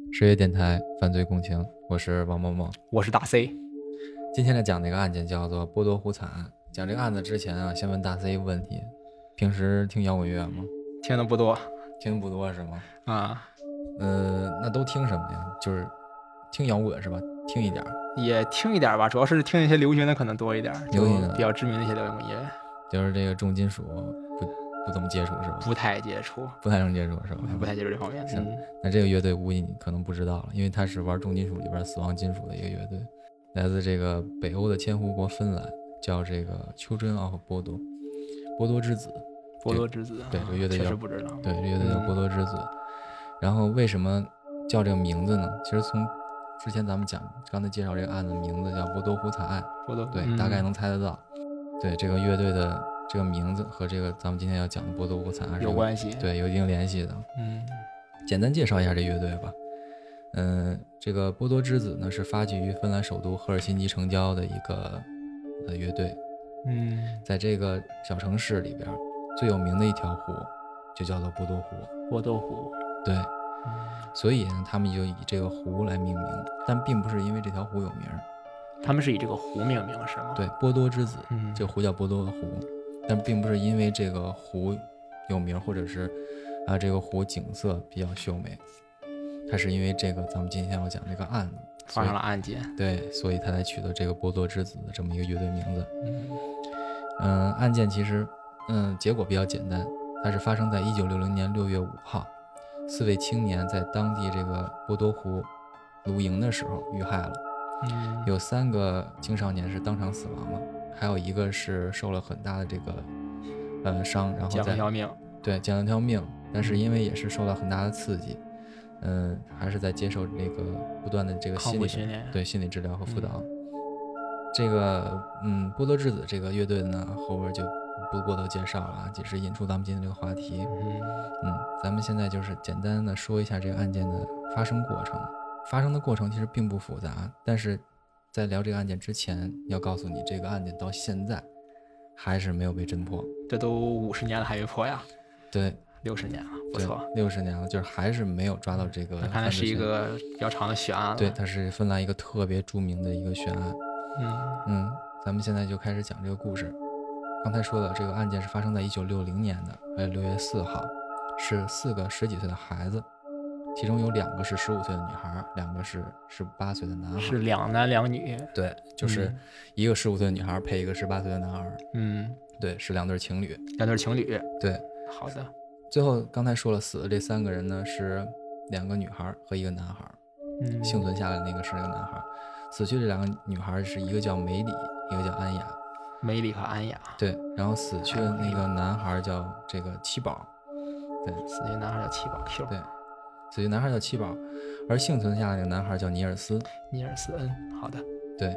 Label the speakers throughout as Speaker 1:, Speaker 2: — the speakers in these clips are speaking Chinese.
Speaker 1: 十月电台犯罪共情，我是王某某，
Speaker 2: 我是大 C。
Speaker 1: 今天来讲这个案件叫做波多湖惨案。讲这个案子之前啊，先问大 C 一个问题：平时听摇滚乐吗？
Speaker 2: 听的不多
Speaker 1: 听的不多是吗？
Speaker 2: 啊，
Speaker 1: 那都听什么呀？就是听摇滚是吧？听一点
Speaker 2: 也听一点吧，主要是听一些流行的可能多一点，
Speaker 1: 流行的
Speaker 2: 就比较知名的一些流行音乐，
Speaker 1: 就是这个重金属不怎么接触是吧？
Speaker 2: 不太接触，
Speaker 1: 不太能接触是吧？
Speaker 2: 不太接触这方面。
Speaker 1: 行，那这个乐队估计你可能不知道了，因为它是玩重金属里边死亡金属的一个乐队，来自这个北欧的千湖国芬兰，叫这个Children of Bodom，波多之子。
Speaker 2: 波多之子，
Speaker 1: 对，这个乐队
Speaker 2: 确
Speaker 1: 叫
Speaker 2: 实不知道。
Speaker 1: 对，这乐队叫波多之子。然后为什么叫这个名字呢？其实从之前咱们刚才介绍这个案子，名字叫波多湖惨案，
Speaker 2: 波多，
Speaker 1: 对，大概能猜得到。对，这个乐队的这个名字和这个咱们今天要讲的波多湖惨案
Speaker 2: 有关系，
Speaker 1: 对，有一定联系的。简单介绍一下这乐队吧。这个波多之子呢是发迹于芬兰首都赫尔辛基城郊的一个乐队。在这个小城市里边最有名的一条湖就叫做波多湖。
Speaker 2: 波多湖，对。
Speaker 1: 所以呢，他们就以这个湖来命名，但并不是因为这条湖有名，
Speaker 2: 他们是以这个湖命名是吗？
Speaker 1: 对，波多之子，这个湖叫波多的湖，但并不是因为这个湖有名，或者是这个湖景色比较秀美，它是因为这个咱们今天要讲这个案子
Speaker 2: 发生了案件，
Speaker 1: 对，所以他才取得这个波多之子的这么一个乐队名字。案件其实结果比较简单，它是发生在1960年6月5号，4位青年在当地这个波多湖露营的时候遇害了。有3个青少年是当场死亡了，还有一个是受了很大的这个伤，然后
Speaker 2: 捡了条命。
Speaker 1: 对，捡了条命，但是因为也是受到很大的刺激，还是在接受那个不断的这个心理
Speaker 2: 训练，
Speaker 1: 对，心理治疗和辅导。这个波多之子这个乐队呢，后边就不过多介绍了啊，只是引出咱们今天这个话题。咱们现在就是简单的说一下这个案件的发生过程。发生的过程其实并不复杂，但是在聊这个案件之前，要告诉你这个案件到现在还是没有被侦破。
Speaker 2: 这都50年了还没破呀？
Speaker 1: 对
Speaker 2: ，60年了，不错
Speaker 1: ，60年了，就是还是没有抓到这个。
Speaker 2: 看来是一个比较长的悬案了。
Speaker 1: 对，它是芬兰一个特别著名的一个悬案。咱们现在就开始讲这个故事。刚才说的这个案件是发生在1960年的6月4号，是4个10几岁的孩子，其中有2个是15岁的女孩，2个是18岁的男孩，
Speaker 2: 是2男2女。
Speaker 1: 对，就是一个15岁的女孩配一个18岁的男孩。对，是2对情侣。
Speaker 2: 2对情侣。
Speaker 1: 对，
Speaker 2: 好的。
Speaker 1: 最后刚才说了，死的这3个人呢是2个女孩和一个男孩。幸存下来的那个是那个男孩。死去这2个女孩是一个叫梅里，一个叫安雅。
Speaker 2: 梅里和安雅。
Speaker 1: 对，然后死去的那个男孩叫这个七宝。对，
Speaker 2: 死去的男孩叫七宝 Q。
Speaker 1: 对，死去男孩叫七宝，而幸存下来的那个男孩叫尼尔斯。
Speaker 2: 尼尔斯恩。好的。
Speaker 1: 对，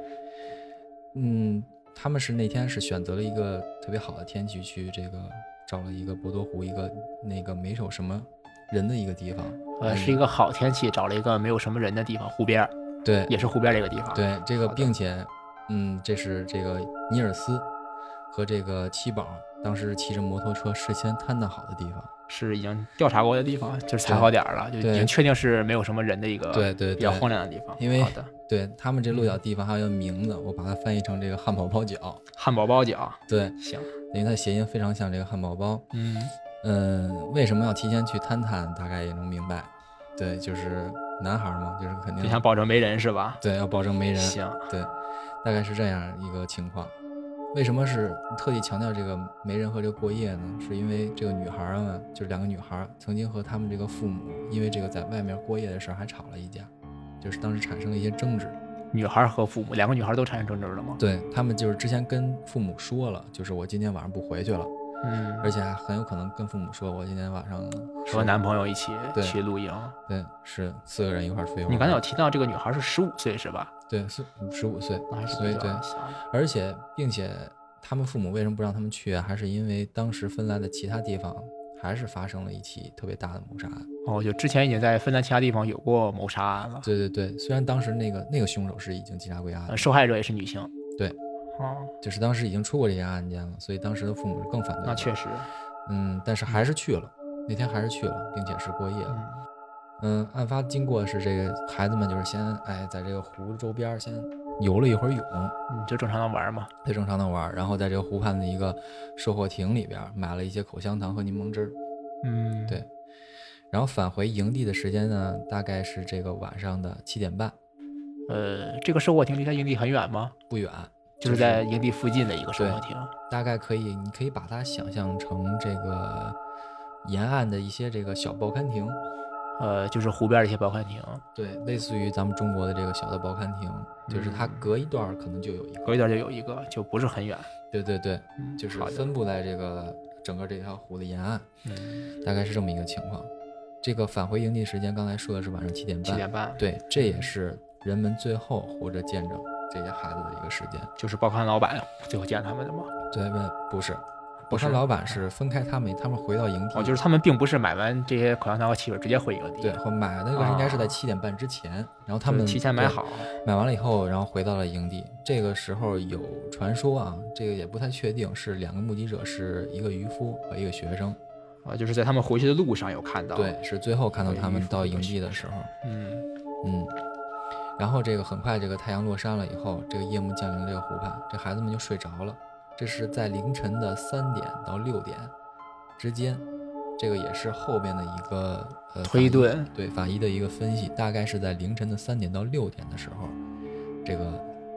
Speaker 1: 他们是那天是选择了一个特别好的天气去这个找了一个波多湖一个那个没有什么人的一个地方。
Speaker 2: 是一个好天气，找了一个没有什么人的地方，湖边。
Speaker 1: 对，
Speaker 2: 也是湖边这个地方。
Speaker 1: 对，这个并且这是这个尼尔斯和这个七宝当时骑着摩托车事先探讨好的地方，
Speaker 2: 是已经调查过的地方，就是踩好点了，就已经确定是没有什么人的一个比较荒凉的地方。
Speaker 1: 因为
Speaker 2: 好的，
Speaker 1: 对他们这落脚地方还有一个名字，我把它翻译成这个汉堡包角。
Speaker 2: 汉堡包角。
Speaker 1: 对，
Speaker 2: 行，
Speaker 1: 因为它谐音非常像这个汉堡包。为什么要提前去探探，大概也能明白。对，就是男孩嘛，就是肯定
Speaker 2: 就想保证没人是吧？
Speaker 1: 对，要保证没人。
Speaker 2: 行，
Speaker 1: 对，大概是这样一个情况。为什么是特地强调这个没人和这个过夜呢？是因为这个女孩们，就是2个女孩曾经和他们这个父母因为这个在外面过夜的事还吵了一架，就是当时产生了一些争执。
Speaker 2: 女孩和父母2个女孩都产生争执了吗？
Speaker 1: 对，他们就是之前跟父母说了，就是我今天晚上不回去了。而且还很有可能跟父母说，我今天晚上
Speaker 2: 和男朋友一起去露营。
Speaker 1: 对，是4个人一块出去玩。
Speaker 2: 你刚才有提到这个女孩是15岁是吧？
Speaker 1: 对，15岁，
Speaker 2: 那还是比较小的。
Speaker 1: 而且并且他们父母为什么不让他们去啊？还是因为当时芬兰的其他地方还是发生了一起特别大的谋杀案。
Speaker 2: 就之前已经在芬兰其他地方有过谋杀案了。
Speaker 1: 对，虽然当时那个凶手是已经缉查归案了，
Speaker 2: 受害者也是女性。
Speaker 1: 对。就是当时已经出过这些案件了，所以当时的父母是更反对的。
Speaker 2: 那确实。
Speaker 1: 但是还是去了，那天还是去了，并且是过夜了。 案发经过是这个孩子们就是先在这个湖周边先游了一会儿泳，
Speaker 2: 就正常的玩嘛，
Speaker 1: 对，正常的玩，然后在这个湖畔的一个售货亭里边买了一些口香糖和柠檬汁。对，然后返回营地的时间呢，大概是这个晚上的7点半。
Speaker 2: 这个售货亭离他营地很远吗？
Speaker 1: 不远，
Speaker 2: 就是在营地附近的一个售货亭。
Speaker 1: 大概你可以把它想象成这个沿岸的一些这个小报刊亭。
Speaker 2: 就是湖边的一些报刊亭。
Speaker 1: 对，类似于咱们中国的这个小的报刊亭，就是它隔一段可能就有一个，
Speaker 2: 隔一段就有一个，就不是很远。
Speaker 1: 对，就是分布在这个整个这条湖的沿岸。大概是这么一个情况。这个返回营地时间刚才说的是晚上7点半。7
Speaker 2: 点半。
Speaker 1: 对，这也是人们最后活着见证这些孩子的一个时间。
Speaker 2: 就是报刊老板最后见他们的吗？
Speaker 1: 对，不是。报刊老板是分开他们回到营地。
Speaker 2: 就是他们并不是买完这些口香糖和汽水直接回营地。
Speaker 1: 对，买那个应该是在7点半之前，然后他们
Speaker 2: 提前买好，
Speaker 1: 买完了以后，然后回到了营地。这个时候有传说啊，这个也不太确定，是2个目击者，是一个渔夫和一个学生。
Speaker 2: 就是在他们回去的路上有看到。
Speaker 1: 对，是最后看到他们到营地的时候。然后这个很快这个太阳落山了以后，这个夜幕降临了这个湖畔，这孩子们就睡着了。这是在凌晨的3点到6点之间，这个也是后边的一个
Speaker 2: 推断，
Speaker 1: 对法医的一个分析，大概是在凌晨的3点到6点的时候，这个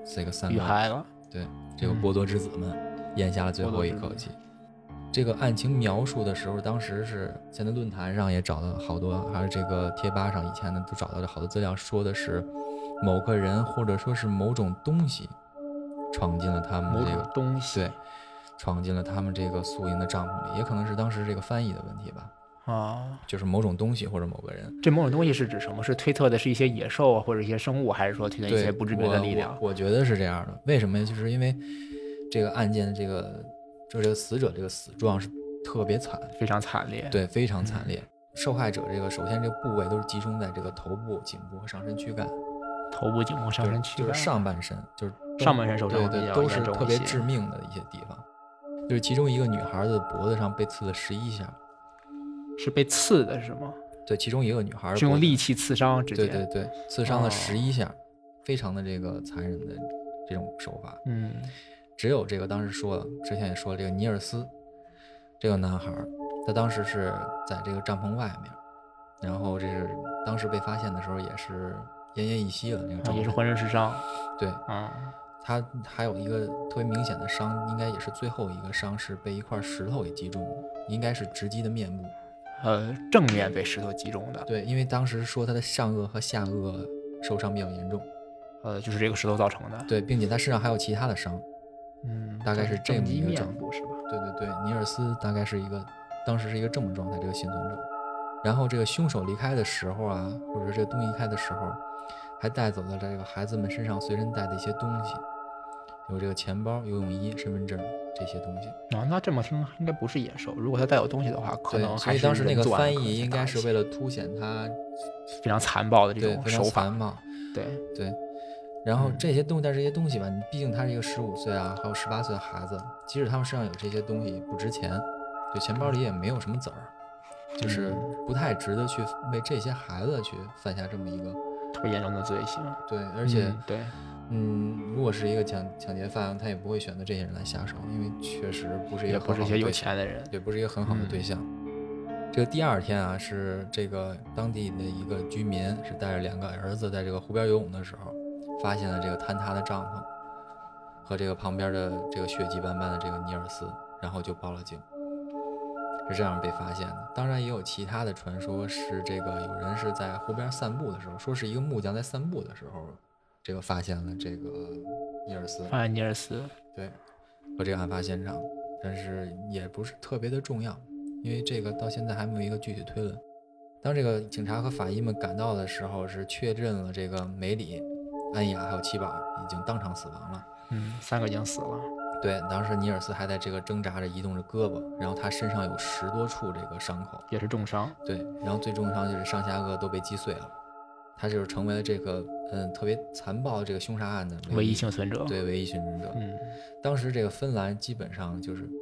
Speaker 1: 3个
Speaker 2: 孩子，
Speaker 1: 对，这个波多之子们咽下了最后一口气。这个案情描述的时候，当时是现在论坛上也找到好多，还是这个贴吧上以前的都找到了好多资料，说的是某个人或者说是某种东西闯进了他们这个
Speaker 2: 东西，
Speaker 1: 对，闯进了他们这个宿营的帐篷里，也可能是当时这个翻译的问题吧。就是某种东西或者某个人。
Speaker 2: 这某种东西是指什么？是推测的是一些野兽或者一些生物，还是说推测一些不知名的力量？
Speaker 1: 我觉得是这样的。为什么？就是因为这个案件这个死者这个死状是特别惨，
Speaker 2: 非常惨烈。
Speaker 1: 对，非常惨烈。受害者这个首先这个部位都是集中在这个头部、颈部和上身躯干。
Speaker 2: 头部、颈部、上身躯干，
Speaker 1: 就是上半身，就是
Speaker 2: 上半身受伤，
Speaker 1: 对，都是特别致命的一些地方。就是其中一个女孩的脖子上被刺了11下，
Speaker 2: 是被刺的是吗？
Speaker 1: 对，其中一个女孩
Speaker 2: 是用利器刺伤，直接
Speaker 1: 对，刺伤了11下，非常的这个残忍的这种手法。只有这个当时之前也说了，这个尼尔斯这个男孩，他当时是在这个帐篷外面，然后这是当时被发现的时候也是奄奄一息了，那个
Speaker 2: 也是浑身是伤。
Speaker 1: 对，他还有一个特别明显的伤，应该也是最后一个伤，是被一块石头给击中的，应该是直击的面部。
Speaker 2: 正面被石头击中的。
Speaker 1: 对，因为当时说他的上颚和下颚受伤比较严重。
Speaker 2: 就是这个石头造成的。
Speaker 1: 对，并且他身上还有其他的伤。大概是这么一个
Speaker 2: 面部是吧？
Speaker 1: 对，尼尔斯大概是当时是一个这么状态，这个幸存者。然后这个凶手离开的时候啊，或者这个东西离开的时候，还带走了这个孩子们身上随身带的一些东西，有这个钱包、游泳衣、身份证这些东西。
Speaker 2: 那这么听应该不是野兽，如果他带有东西的话，可能还是。
Speaker 1: 所以当时那个翻译应该是为了凸显他
Speaker 2: 非常残暴的这种手法。
Speaker 1: 对。然后这些东西，但是这些东西吧，毕竟他是一个15岁啊，还有18岁的孩子，即使他们身上有这些东西不值钱，就钱包里也没有什么子儿，就是不太值得去为这些孩子去犯下这么一个
Speaker 2: 特别严重的罪行。
Speaker 1: 对，而且
Speaker 2: 对，
Speaker 1: 如果是一个抢劫犯，他也不会选择这些人来下手，因为确实不是一个很好的对象，
Speaker 2: 也不是一些有钱的人，
Speaker 1: 也不是一个很好的对象。这个第二天啊，是这个当地的一个居民是带着2个儿子在这个湖边游泳的时候，发现了这个坍塌的帐篷和这个旁边的这个血迹斑斑的这个尼尔斯，然后就报了警，是这样被发现的。当然也有其他的传说，是这个有人是在湖边散步的时候，说是一个木匠在散步的时候，这个发现了这个尼尔斯，对，和这个案发现场，但是也不是特别的重要，因为这个到现在还没有一个具体推论。当这个警察和法医们赶到的时候，是确认了这个梅里、安雅还有七宝已经当场死亡了。
Speaker 2: 3个已经死了。
Speaker 1: 对，当时尼尔斯还在这个挣扎着移动着胳膊，然后他身上有10多处这个伤口，
Speaker 2: 也是重伤。
Speaker 1: 对，然后最重伤就是上下颚都被击碎了。他就是成为了这个特别残暴的这个凶杀案的
Speaker 2: 唯一幸存者。
Speaker 1: 对，唯一幸存者。当时这个芬兰基本上就是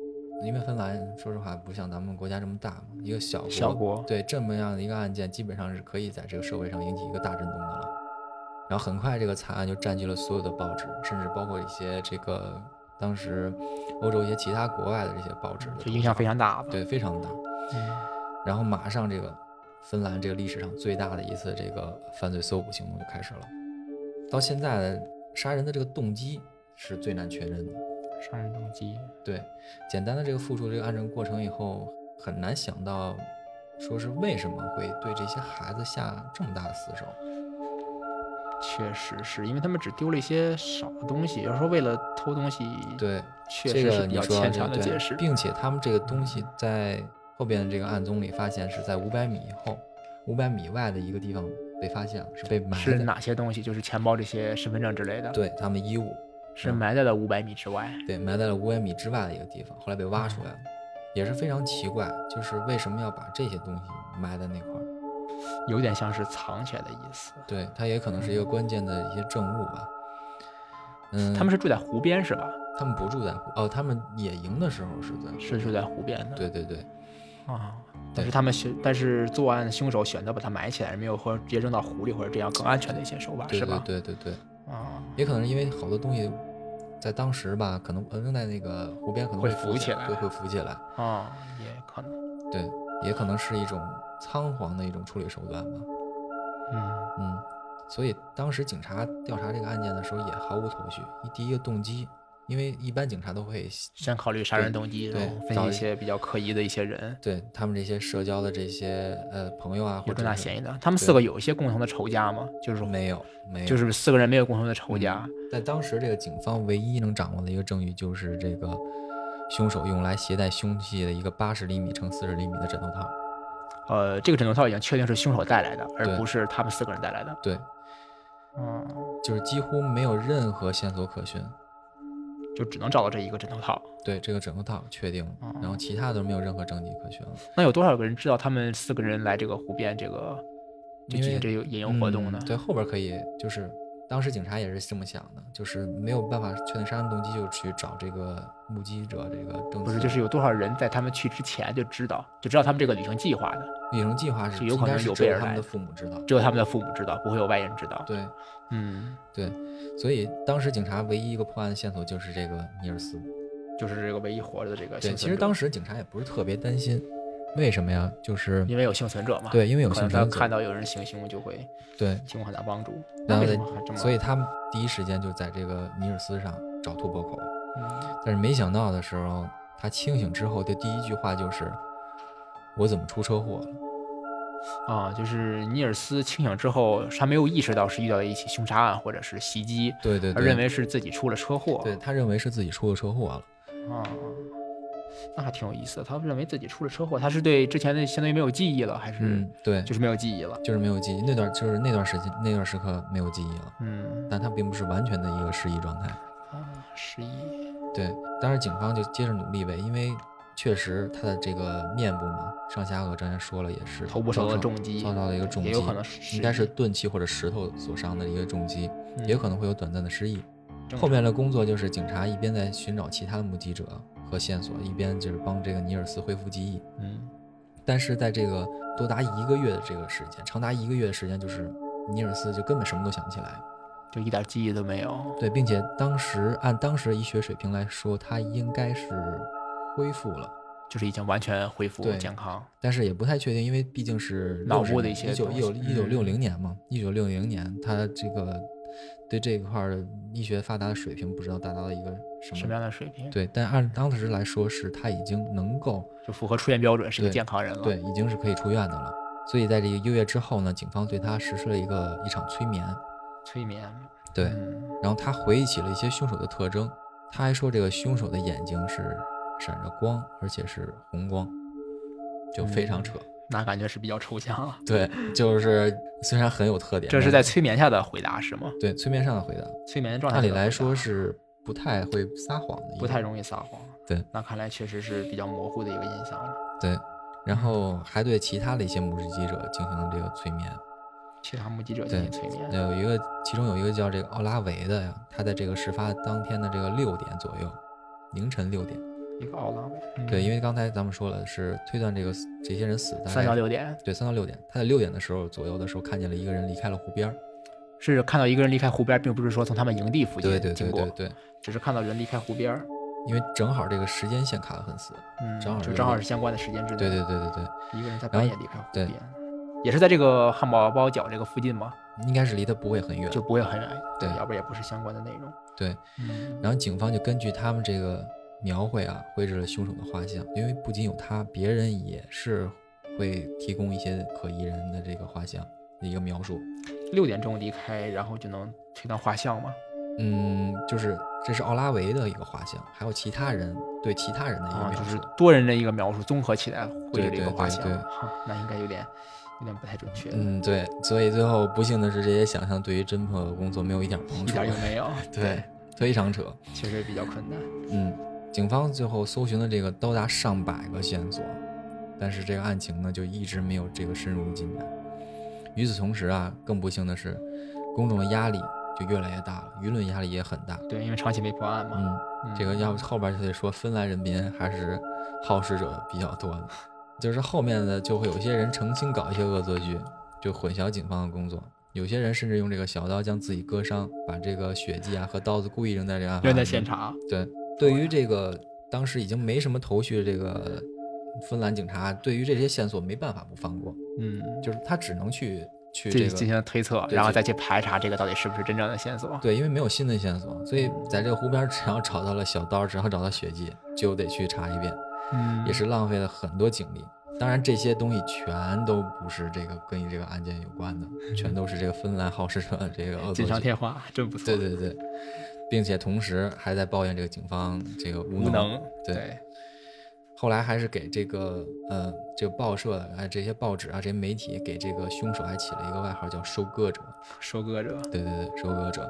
Speaker 1: 因为芬兰说实话不像咱们国家这么大嘛，一个小
Speaker 2: 国，
Speaker 1: 对这么样的一个案件，基本上是可以在这个社会上引起一个大震动的了。然后很快这个惨案就占据了所有的报纸，甚至包括一些这个当时欧洲一些其他国外的这些报纸，
Speaker 2: 就影响非常大吧？
Speaker 1: 对，非常大。然后马上这个芬兰这个历史上最大的一次这个犯罪搜捕行动就开始了。到现在杀人的这个动机是最难确认的。
Speaker 2: 杀人动机，
Speaker 1: 对，简单的这个复述这个案证过程以后，很难想到说是为什么会对这些孩子下这么大的死手。
Speaker 2: 确实是因为他们只丢了一些少的东西，有时候为了偷东西，
Speaker 1: 对，
Speaker 2: 确实是比较牵强的解释。
Speaker 1: 并且他们这个东西在后边的这个案宗里发现是在500米以后，500米外的一个地方被发现了，是被埋的。
Speaker 2: 是哪些东西？就是钱包这些身份证之类的。
Speaker 1: 对，他们衣物
Speaker 2: 是埋在了500米之外。
Speaker 1: 对，埋在了500米之外的一个地方，后来被挖出来了，也是非常奇怪，就是为什么要把这些东西埋在那块儿？
Speaker 2: 有点像是藏起来的意思。
Speaker 1: 对，它也可能是一个关键的一些证物吧。
Speaker 2: 他们是住在湖边是吧？
Speaker 1: 他们不住在湖，他们野营的时候是
Speaker 2: 住在湖边的。
Speaker 1: 对对对。
Speaker 2: 啊，但是作案的凶手选择把它埋起来，没有或者直接扔到湖里，或者这样更安全的一些手法，是吧？
Speaker 1: 对。啊，也可能是因为好多东西在当时吧，可能扔在那个湖边可能
Speaker 2: 会浮起来，
Speaker 1: 会浮起来。
Speaker 2: 啊，也可能。
Speaker 1: 对，也可能是一种仓皇的一种处理手段吧。所以当时警察调查这个案件的时候也毫无头绪。第一个动机，因为一般警察都会
Speaker 2: 先考虑杀人动机，
Speaker 1: 对，
Speaker 2: 分析一些比较可疑的一些人，
Speaker 1: 对他们这些社交的这些朋友啊，或者
Speaker 2: 有重大嫌疑的。他们4个有一些共同的仇家吗？就是
Speaker 1: 没有，
Speaker 2: 就是4个人没有共同的仇家。
Speaker 1: 在当时这个警方唯一能掌握的一个证据就是这个凶手用来携带凶器的一个80厘米乘40厘米的枕头套。
Speaker 2: 这个枕头套已经确定是凶手带来的，而不是他们4个人带来的。
Speaker 1: 对，就是几乎没有任何线索可循，
Speaker 2: 就只能找到这一个枕头套。
Speaker 1: 对，这个枕头套确定了，然后其他都没有任何证据可循了。
Speaker 2: 那有多少个人知道他们4个人来这个湖边这个进行这个野营活动呢？
Speaker 1: 对，后边可以就是当时警察也是这么想的，就是没有办法确定杀人动机，就去找这个目击者这个证词。
Speaker 2: 不是，就是有多少人在他们去之前就知道他们这个旅行计划的。
Speaker 1: 旅行计划是
Speaker 2: 有可能有备而来，
Speaker 1: 他们的父母知道，
Speaker 2: 只有他们的父母知道，不会有外人知道。
Speaker 1: 对，对，所以当时警察唯一一个破案的线索就是这个尼尔斯，
Speaker 2: 就是这个唯一活着的这个幸存者。
Speaker 1: 对，其实当时警察也不是特别担心。为什么呀？就是
Speaker 2: 因为有幸存者嘛。
Speaker 1: 对，因为有幸存者，
Speaker 2: 看到有人行凶就会
Speaker 1: 对
Speaker 2: 提供很大帮助。
Speaker 1: 然后所以他们第一时间就在这个尼尔斯上找突破口。但是没想到的时候，他清醒之后的第一句话就是：“我怎么出车祸了？”
Speaker 2: 就是尼尔斯清醒之后，他没有意识到是遇到了一起凶杀案或者是袭击，
Speaker 1: 对，
Speaker 2: 而认为是自己出了车祸。
Speaker 1: 对，他认为是自己出了车祸了。
Speaker 2: 那还挺有意思的。他认为自己出了车祸，他是对之前的相当于没有记忆了，还是
Speaker 1: 对，
Speaker 2: 就是没有记忆了，
Speaker 1: 就是没有记忆。那段时刻没有记忆了。但他并不是完全的一个失忆状态。
Speaker 2: 失忆。对，
Speaker 1: 当时警方就接着努力呗，因为确实他的这个面部嘛，上下颚刚才说了也是
Speaker 2: 头部受到重击，
Speaker 1: 遭到了一个重击，
Speaker 2: 也有可能
Speaker 1: 应该是钝器或者石头所伤的一个重击，也有可能会有短暂的失忆。后面的工作就是警察一边在寻找其他的目击者和线索，一边就是帮这个尼尔斯恢复记忆。但是在这个多达1个月的这个时间，长达1个月的时间，就是尼尔斯就根本什么都想不起来，
Speaker 2: 就一点记忆都没有。
Speaker 1: 对，并且按当时的医学水平来说，他应该是恢复了，
Speaker 2: 就是已经完全恢复健康。
Speaker 1: 但是也不太确定，因为毕竟是
Speaker 2: 脑部的一些
Speaker 1: 1960年嘛，1960年他这个对这一块的医学发达的水平不知道达到了一个什么
Speaker 2: 样的水平。
Speaker 1: 对，但按当时来说是他已经能够
Speaker 2: 就符合出院标准，是个健康人了。
Speaker 1: 对，已经是可以出院的了。所以在这1个月之后呢，警方对他实施了一场催眠。对，然后他回忆起了一些凶手的特征，他还说这个凶手的眼睛是闪着光，而且是红光，就非常扯。
Speaker 2: 那感觉是比较抽象了。
Speaker 1: 对，就是虽然很有特点，
Speaker 2: 这是在催眠下的回答是吗？
Speaker 1: 对，催眠上的回答。
Speaker 2: 催眠状态
Speaker 1: 按理来说是不太会撒谎的，
Speaker 2: 不太容易撒谎。
Speaker 1: 对，
Speaker 2: 那看来确实是比较模糊的一个印象了。
Speaker 1: 对，然后还对其他的一些目击者进行了这个催眠。
Speaker 2: 其他目击者进行催眠。
Speaker 1: 其中有一个叫这个奥拉维的呀，他在这个事发当天的这个6点左右，凌晨6点，
Speaker 2: 一个奥拉维。
Speaker 1: 对，因为刚才咱们说了是推断这些人死大概
Speaker 2: 3到6点。
Speaker 1: 对，3到6点。他在6点的时候左右的时候看见了一个人离开了湖边，
Speaker 2: 是看到一个人离开湖边，并不是说从他们营地附近经过，
Speaker 1: 对，
Speaker 2: 只是看到人离开湖边。
Speaker 1: 因为正好这个时间线卡得很死，正
Speaker 2: 好是相关的时间之内。
Speaker 1: 对，
Speaker 2: 一个人在半夜离开湖边，也是在这个汉堡包角这个附近吗？
Speaker 1: 应该是离他不会很远，
Speaker 2: 就不会很远，
Speaker 1: 对，
Speaker 2: 要不然也不是相关的内容。
Speaker 1: 对，然后警方就根据他们这个描绘啊，绘制了凶手的画像，因为不仅有他，别人也是会提供一些可疑人的这个画像的一个描述。
Speaker 2: 6点钟离开，然后就能推断画像吗？
Speaker 1: 就是这是奥拉维的一个画像，还有其他人对其他人的一个描述，
Speaker 2: 就是多人的一个描述综合起来绘的一个画像。
Speaker 1: 对，
Speaker 2: 那应该有点不太准确。
Speaker 1: 对，所以最后不幸的是，这些想象对于侦破工作没有一点帮助，
Speaker 2: 一点用没有。
Speaker 1: 对，非常扯，
Speaker 2: 确实比较困难。
Speaker 1: 警方最后搜寻了这个高达上百个线索，但是这个案情呢就一直没有这个深入的进展。与此同时啊，更不幸的是，公众的压力就越来越大了，舆论压力也很大。
Speaker 2: 对，因为长期没破案嘛。
Speaker 1: 这个要后边就得说芬兰人民还是好事者比较多的，就是后面的就会有些人诚心搞一些恶作剧，就混淆警方的工作。有些人甚至用这个小刀将自己割伤，把这个血迹啊和刀子故意扔在这案发
Speaker 2: 现场。
Speaker 1: 对于这个当时已经没什么头绪的这个芬兰警察，对于这些线索没办法不放过。就是他只能去这个
Speaker 2: 进行推测，然后再去排查这个到底是不是真正的线索。
Speaker 1: 对，因为没有新的线索，所以在这个湖边只要找到了小刀，只要找到血迹，就得去查一遍。也是浪费了很多精力。当然这些东西全都不是这个跟这个案件有关的，全都是这个芬兰好事者的这个恶作剧。
Speaker 2: 锦上添花，真不错。
Speaker 1: 对，并且同时还在抱怨这个警方这个无能。对。后来还是给这个这个报社这些报纸啊，这些媒体给这个凶手还起了一个外号叫收割者。对，收割者。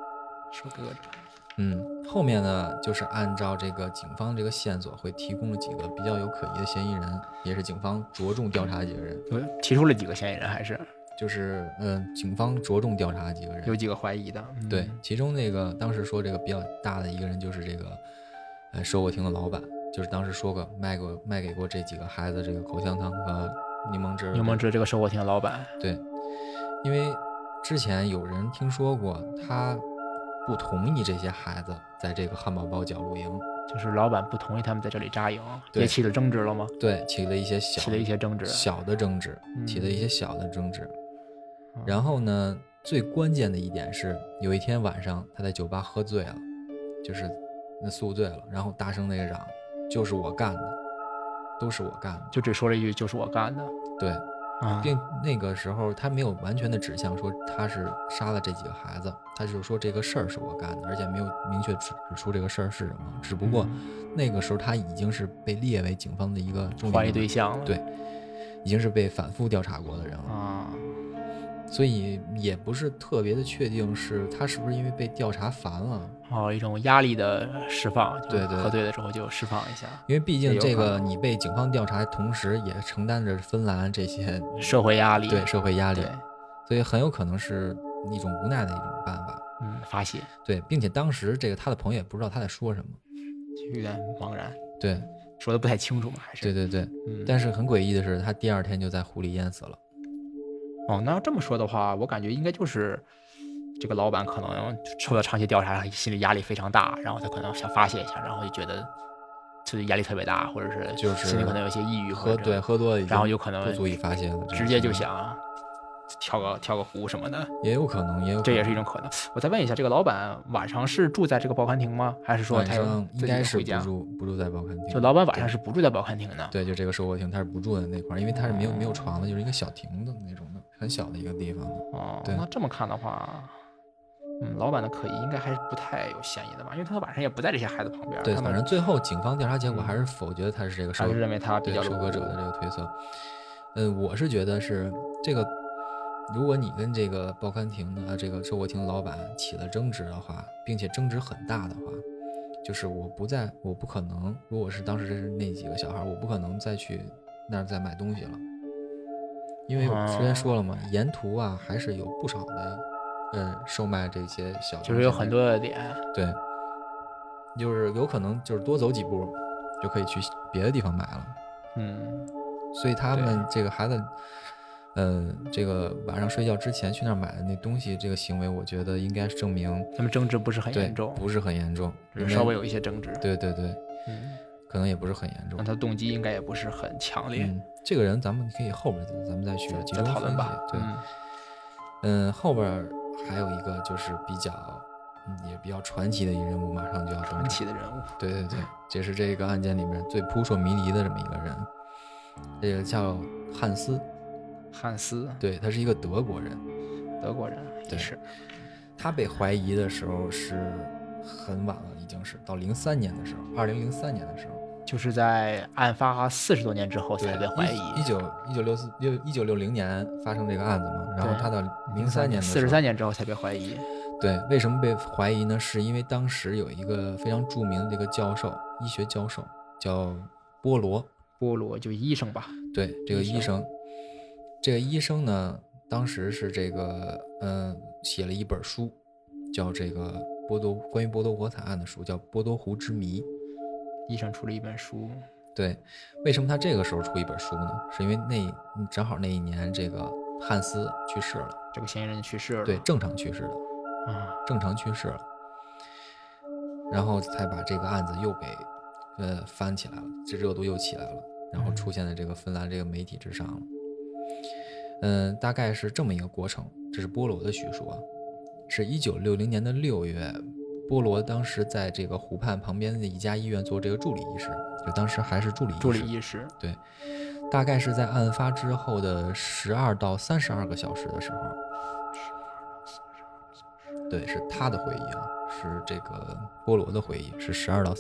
Speaker 1: 后面呢，就是按照这个警方这个线索，会提供了几个比较有可疑的嫌疑人，也是警方着重调查的几个人。
Speaker 2: 提出了几个嫌疑人，还是
Speaker 1: 就是警方着重调查几个人，
Speaker 2: 有几个怀疑的。
Speaker 1: 对，其中那个当时说这个比较大的一个人就是这个收货亭的老板，就是当时说过卖给过这几个孩子这个口香糖和柠檬汁
Speaker 2: 这个收货亭的老板。
Speaker 1: 对，因为之前有人听说过他不同意这些孩子在这个汉堡包角露营，
Speaker 2: 就是老板不同意他们在这里扎营，也起了争执了吗？
Speaker 1: 对，起了一些
Speaker 2: 争执，
Speaker 1: 小的争执，起了一些小的争执。然后呢，最关键的一点是，有一天晚上他在酒吧喝醉了，就是宿醉了，然后大声那个嚷，就是我干的，都是我干的，
Speaker 2: 就只说了一句就是我干的。
Speaker 1: 对。并那个时候他没有完全的指向说他是杀了这几个孩子，他就是说这个事儿是我干的，而且没有明确指出这个事儿是什么。只不过那个时候他已经是被列为警方的一个重点
Speaker 2: 怀疑对象了，
Speaker 1: 对，已经是被反复调查过的人了所以也不是特别的确定是他是不是因为被调查烦了
Speaker 2: 一种压力的释放，
Speaker 1: 对，
Speaker 2: 喝醉的时候就释放一下。
Speaker 1: 因为毕竟这个你被警方调查，同时也承担着芬兰这些
Speaker 2: 社会压力，
Speaker 1: 对社会压力，所以很有可能是一种无奈的一种办法，
Speaker 2: 发泄。
Speaker 1: 对，并且当时这个他的朋友也不知道他在说什么，
Speaker 2: 有点茫然，
Speaker 1: 对，
Speaker 2: 说的不太清楚嘛，还是
Speaker 1: 对，但是很诡异的是，他第二天就在湖里淹死了。
Speaker 2: 那要这么说的话，我感觉应该就是这个老板可能受到长期调查，心理压力非常大，然后他可能想发泄一下，然后就觉得自己压力特别大，或者是
Speaker 1: 就是
Speaker 2: 心里可能有些抑郁，
Speaker 1: 喝多了，
Speaker 2: 然后有可能
Speaker 1: 不足以发泄了，
Speaker 2: 直接就想跳个湖什么的，
Speaker 1: 也有可能，
Speaker 2: 这也是一种可能。我再问一下，这个老板晚上是住在这个报刊亭吗？还是说他
Speaker 1: 应该是不住在报刊亭？
Speaker 2: 就老板晚上是不住在报刊亭的？
Speaker 1: 对，就这个收货亭他是不住在那块儿，因为他是没有床的，就是一个小亭的那种的，很小的一个地方。对，
Speaker 2: 那这么看的话，老板的可疑应该还是不太有嫌疑的吧？因为他晚上也不在这些孩子旁边。
Speaker 1: 对，反正最后警方调查结果还是否决他是这个
Speaker 2: 还是认为他比较
Speaker 1: 收割者的这个推测。我是觉得是这个。如果你跟这个报刊亭的这个收货亭的老板起了争执的话，并且争执很大的话，就是我不可能，如果是当时是那几个小孩，我不可能再去那儿再买东西了，因为我之前说了嘛，沿途啊还是有不少的售卖这些小东西，
Speaker 2: 就是有很多的点，
Speaker 1: 对，就是有可能就是多走几步就可以去别的地方买了。所以他们这个孩子，这个晚上睡觉之前去那儿买的那东西，这个行为，我觉得应该证明
Speaker 2: 他们争执不是很严重，
Speaker 1: 不是很严重，
Speaker 2: 只是稍微有一些争执。
Speaker 1: 对，可能也不是很严重。
Speaker 2: 那他动机应该也不是很强烈。
Speaker 1: 这个人咱们可以后边咱们再去集中
Speaker 2: 讨论吧。
Speaker 1: 对，后边还有一个就是也比较传奇的一个人物，马上就要
Speaker 2: 传奇的人物。
Speaker 1: 对，这是这个案件里面最扑朔迷离的这么一个人，这个叫汉斯。对，他是一个德国人。
Speaker 2: 也是。
Speaker 1: 他被怀疑的时候是很晚了，已经是到2003年的时候
Speaker 2: 就是在案发40多年之后才被怀疑。
Speaker 1: 1960年发生这个案子嘛，然后他到03年的时候
Speaker 2: 43年之后才被怀疑。
Speaker 1: 对，为什么被怀疑呢？是因为当时有一个非常著名的这个医学教授叫波罗，就
Speaker 2: 医生吧。
Speaker 1: 对，这个医生呢，当时是这个写了一本书，叫这个关于波多火惨案的书，叫《波多湖之谜》。
Speaker 2: 医生出了一本书。
Speaker 1: 对，为什么他这个时候出一本书呢？是因为正好那一年这个汉斯去世了，
Speaker 2: 这个嫌疑人去世了。
Speaker 1: 对，正常去世了。然后才把这个案子又给翻起来了，这热度又起来了，然后出现在这个芬兰这个媒体之上了。大概是这么一个过程，这是波罗的叙述啊。是1960年的6月，波罗当时在这个湖畔旁边的一家医院做这个助理医师，就当时还是助理医师。对，大概是在案发之后的12到32个小时的时候。对，是他的回忆啊，是这个波罗的回忆，是12到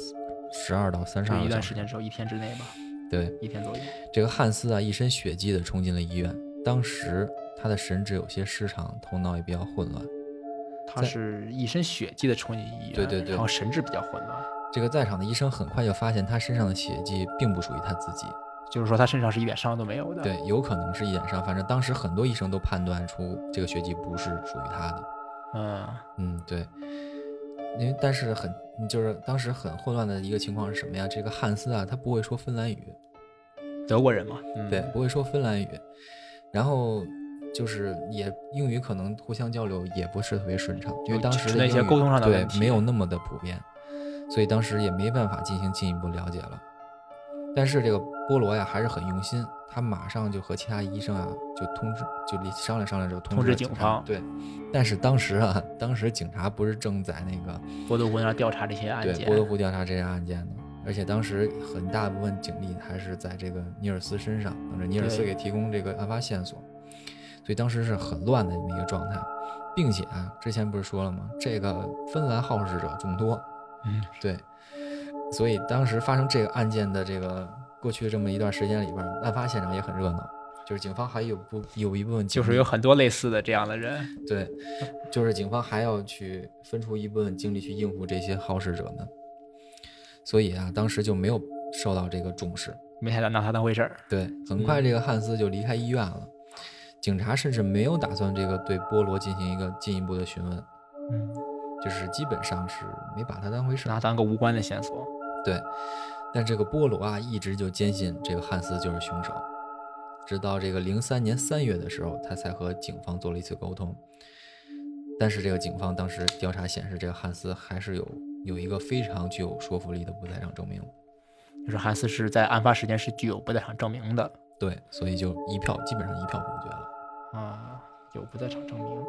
Speaker 1: 32个小时，
Speaker 2: 一段时间之后，1天之内吧。
Speaker 1: 对
Speaker 2: ，1天左右。
Speaker 1: 这个汉斯啊，一身血迹的冲进了医院，当时他的神志有些失常，头脑也比较混乱。
Speaker 2: 他是一身血迹的冲进医院，
Speaker 1: 对，
Speaker 2: 然后神志比较混乱。
Speaker 1: 这个在场的医生很快就发现他身上的血迹并不属于他自己，
Speaker 2: 就是说他身上是一点伤都没有的。
Speaker 1: 对，有可能是一点伤，反正当时很多医生都判断出这个血迹不是属于他的。对，但是就是当时很混乱的一个情况是什么呀？这个汉斯啊，他不会说芬兰语，
Speaker 2: 德国人嘛，
Speaker 1: 对，不会说芬兰语，然后就是也英语可能互相交流也不是特别顺畅，因为当时
Speaker 2: 那些沟通上的问
Speaker 1: 题没有那么的普遍，所以当时也没办法进行进一步了解了。但是这个波罗呀还是很用心，他马上就和其他医生啊就商量之后通知
Speaker 2: 警方。
Speaker 1: 对，但是当时警察不是正在那个
Speaker 2: 波多湖那调查这些案件，
Speaker 1: 对，波多湖调查这些案件呢，而且当时很大部分警力还是在这个尼尔斯身上，等着尼尔斯给提供这个案发线索，所以当时是很乱的这么一个状态，并且啊，之前不是说了吗？这个芬兰好事者众多，对。所以当时发生这个案件的这个过去这么一段时间里边，案发现场也很热闹，就是警方还有一部分
Speaker 2: 就是有很多类似的这样的人，
Speaker 1: 对，就是警方还要去分出一部分精力去应付这些好事者们，所以啊，当时就没有受到这个重视，
Speaker 2: 没太拿他当回事儿。
Speaker 1: 对，很快这个汉斯就离开医院了，警察甚至没有打算这个对波罗进行一个进一步的询问，就是基本上是没把他当回事，
Speaker 2: 拿当个无关的线索。
Speaker 1: 对，但这个波罗啊一直就坚信这个汉斯就是凶手，直到这个03年3月的时候，他才和警方做了一次沟通。但是这个警方当时调查显示，这个汉斯还是有一个非常具有说服力的不在场证明，
Speaker 2: 就是汉斯是在案发时间是具有不在场证明的。
Speaker 1: 对，所以就基本上一票否决了。
Speaker 2: 有不在场证明。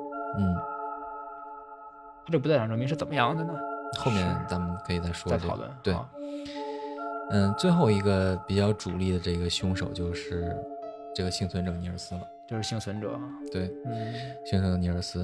Speaker 2: 他这不在场证明是怎么样的呢？
Speaker 1: 后面咱们可以再说，
Speaker 2: 再讨论。
Speaker 1: 对，最后一个比较主力的这个凶手就是这个幸存者尼尔斯了，
Speaker 2: 就是幸存者。
Speaker 1: 对，幸存者尼尔斯。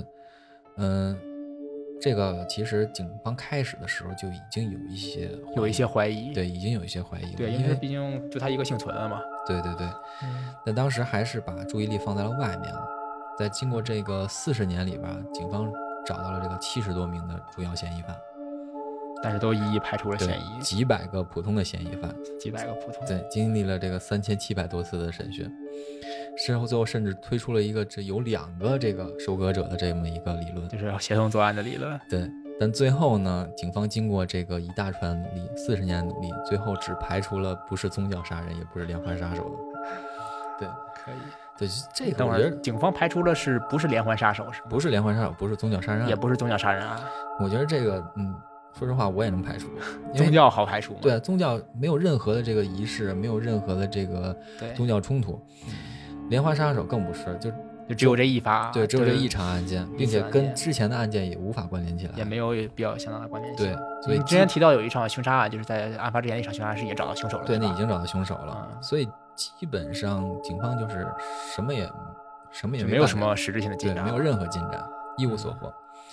Speaker 1: 这个其实警方开始的时候就已经有一些怀疑，对，已经有一些怀疑，
Speaker 2: 对，因为毕竟就他一个幸存了嘛。
Speaker 1: 对，但当时还是把注意力放在了外面了。在经过这个40年里边，警方找到了这个70多名的主要嫌疑犯，
Speaker 2: 但是都一一排除了嫌疑，
Speaker 1: 几百个普通的嫌疑犯，对，经历了这个3700多次的审讯，最后甚至推出了一个有2个这个收割者的这么一个理论，
Speaker 2: 就是协同作案的理论。
Speaker 1: 对， 但最后呢，警方经过这个一大串努力，40年的努力，最后只排除了不是宗教杀人，也不是连环杀手的。对，
Speaker 2: 可以。
Speaker 1: 对，这个
Speaker 2: 等会儿
Speaker 1: 我觉得
Speaker 2: 警方排除了不是连环杀手，是吗？
Speaker 1: 不是连环杀手，不是宗教杀人案，
Speaker 2: 也不是宗教杀人案。
Speaker 1: 我觉得这个，说实话我也能排除，因为
Speaker 2: 宗教好排除吗？
Speaker 1: 对，宗教没有任何的这个仪式，没有任何的这个宗教冲突。连环杀手更不是，就
Speaker 2: 只有这一发，
Speaker 1: 对，只有这一场案件，并且跟之前的案件也无法关联起来，
Speaker 2: 也没有比较相当的关联性。
Speaker 1: 对，所以
Speaker 2: 之前提到有一场凶杀案，就是在案发之前一场凶杀案是也找到凶手了，
Speaker 1: 对，那已经找到凶手了，所以基本上警方就是什么也
Speaker 2: 没有什么实质性的进展，
Speaker 1: 没有任何进展，一无所获。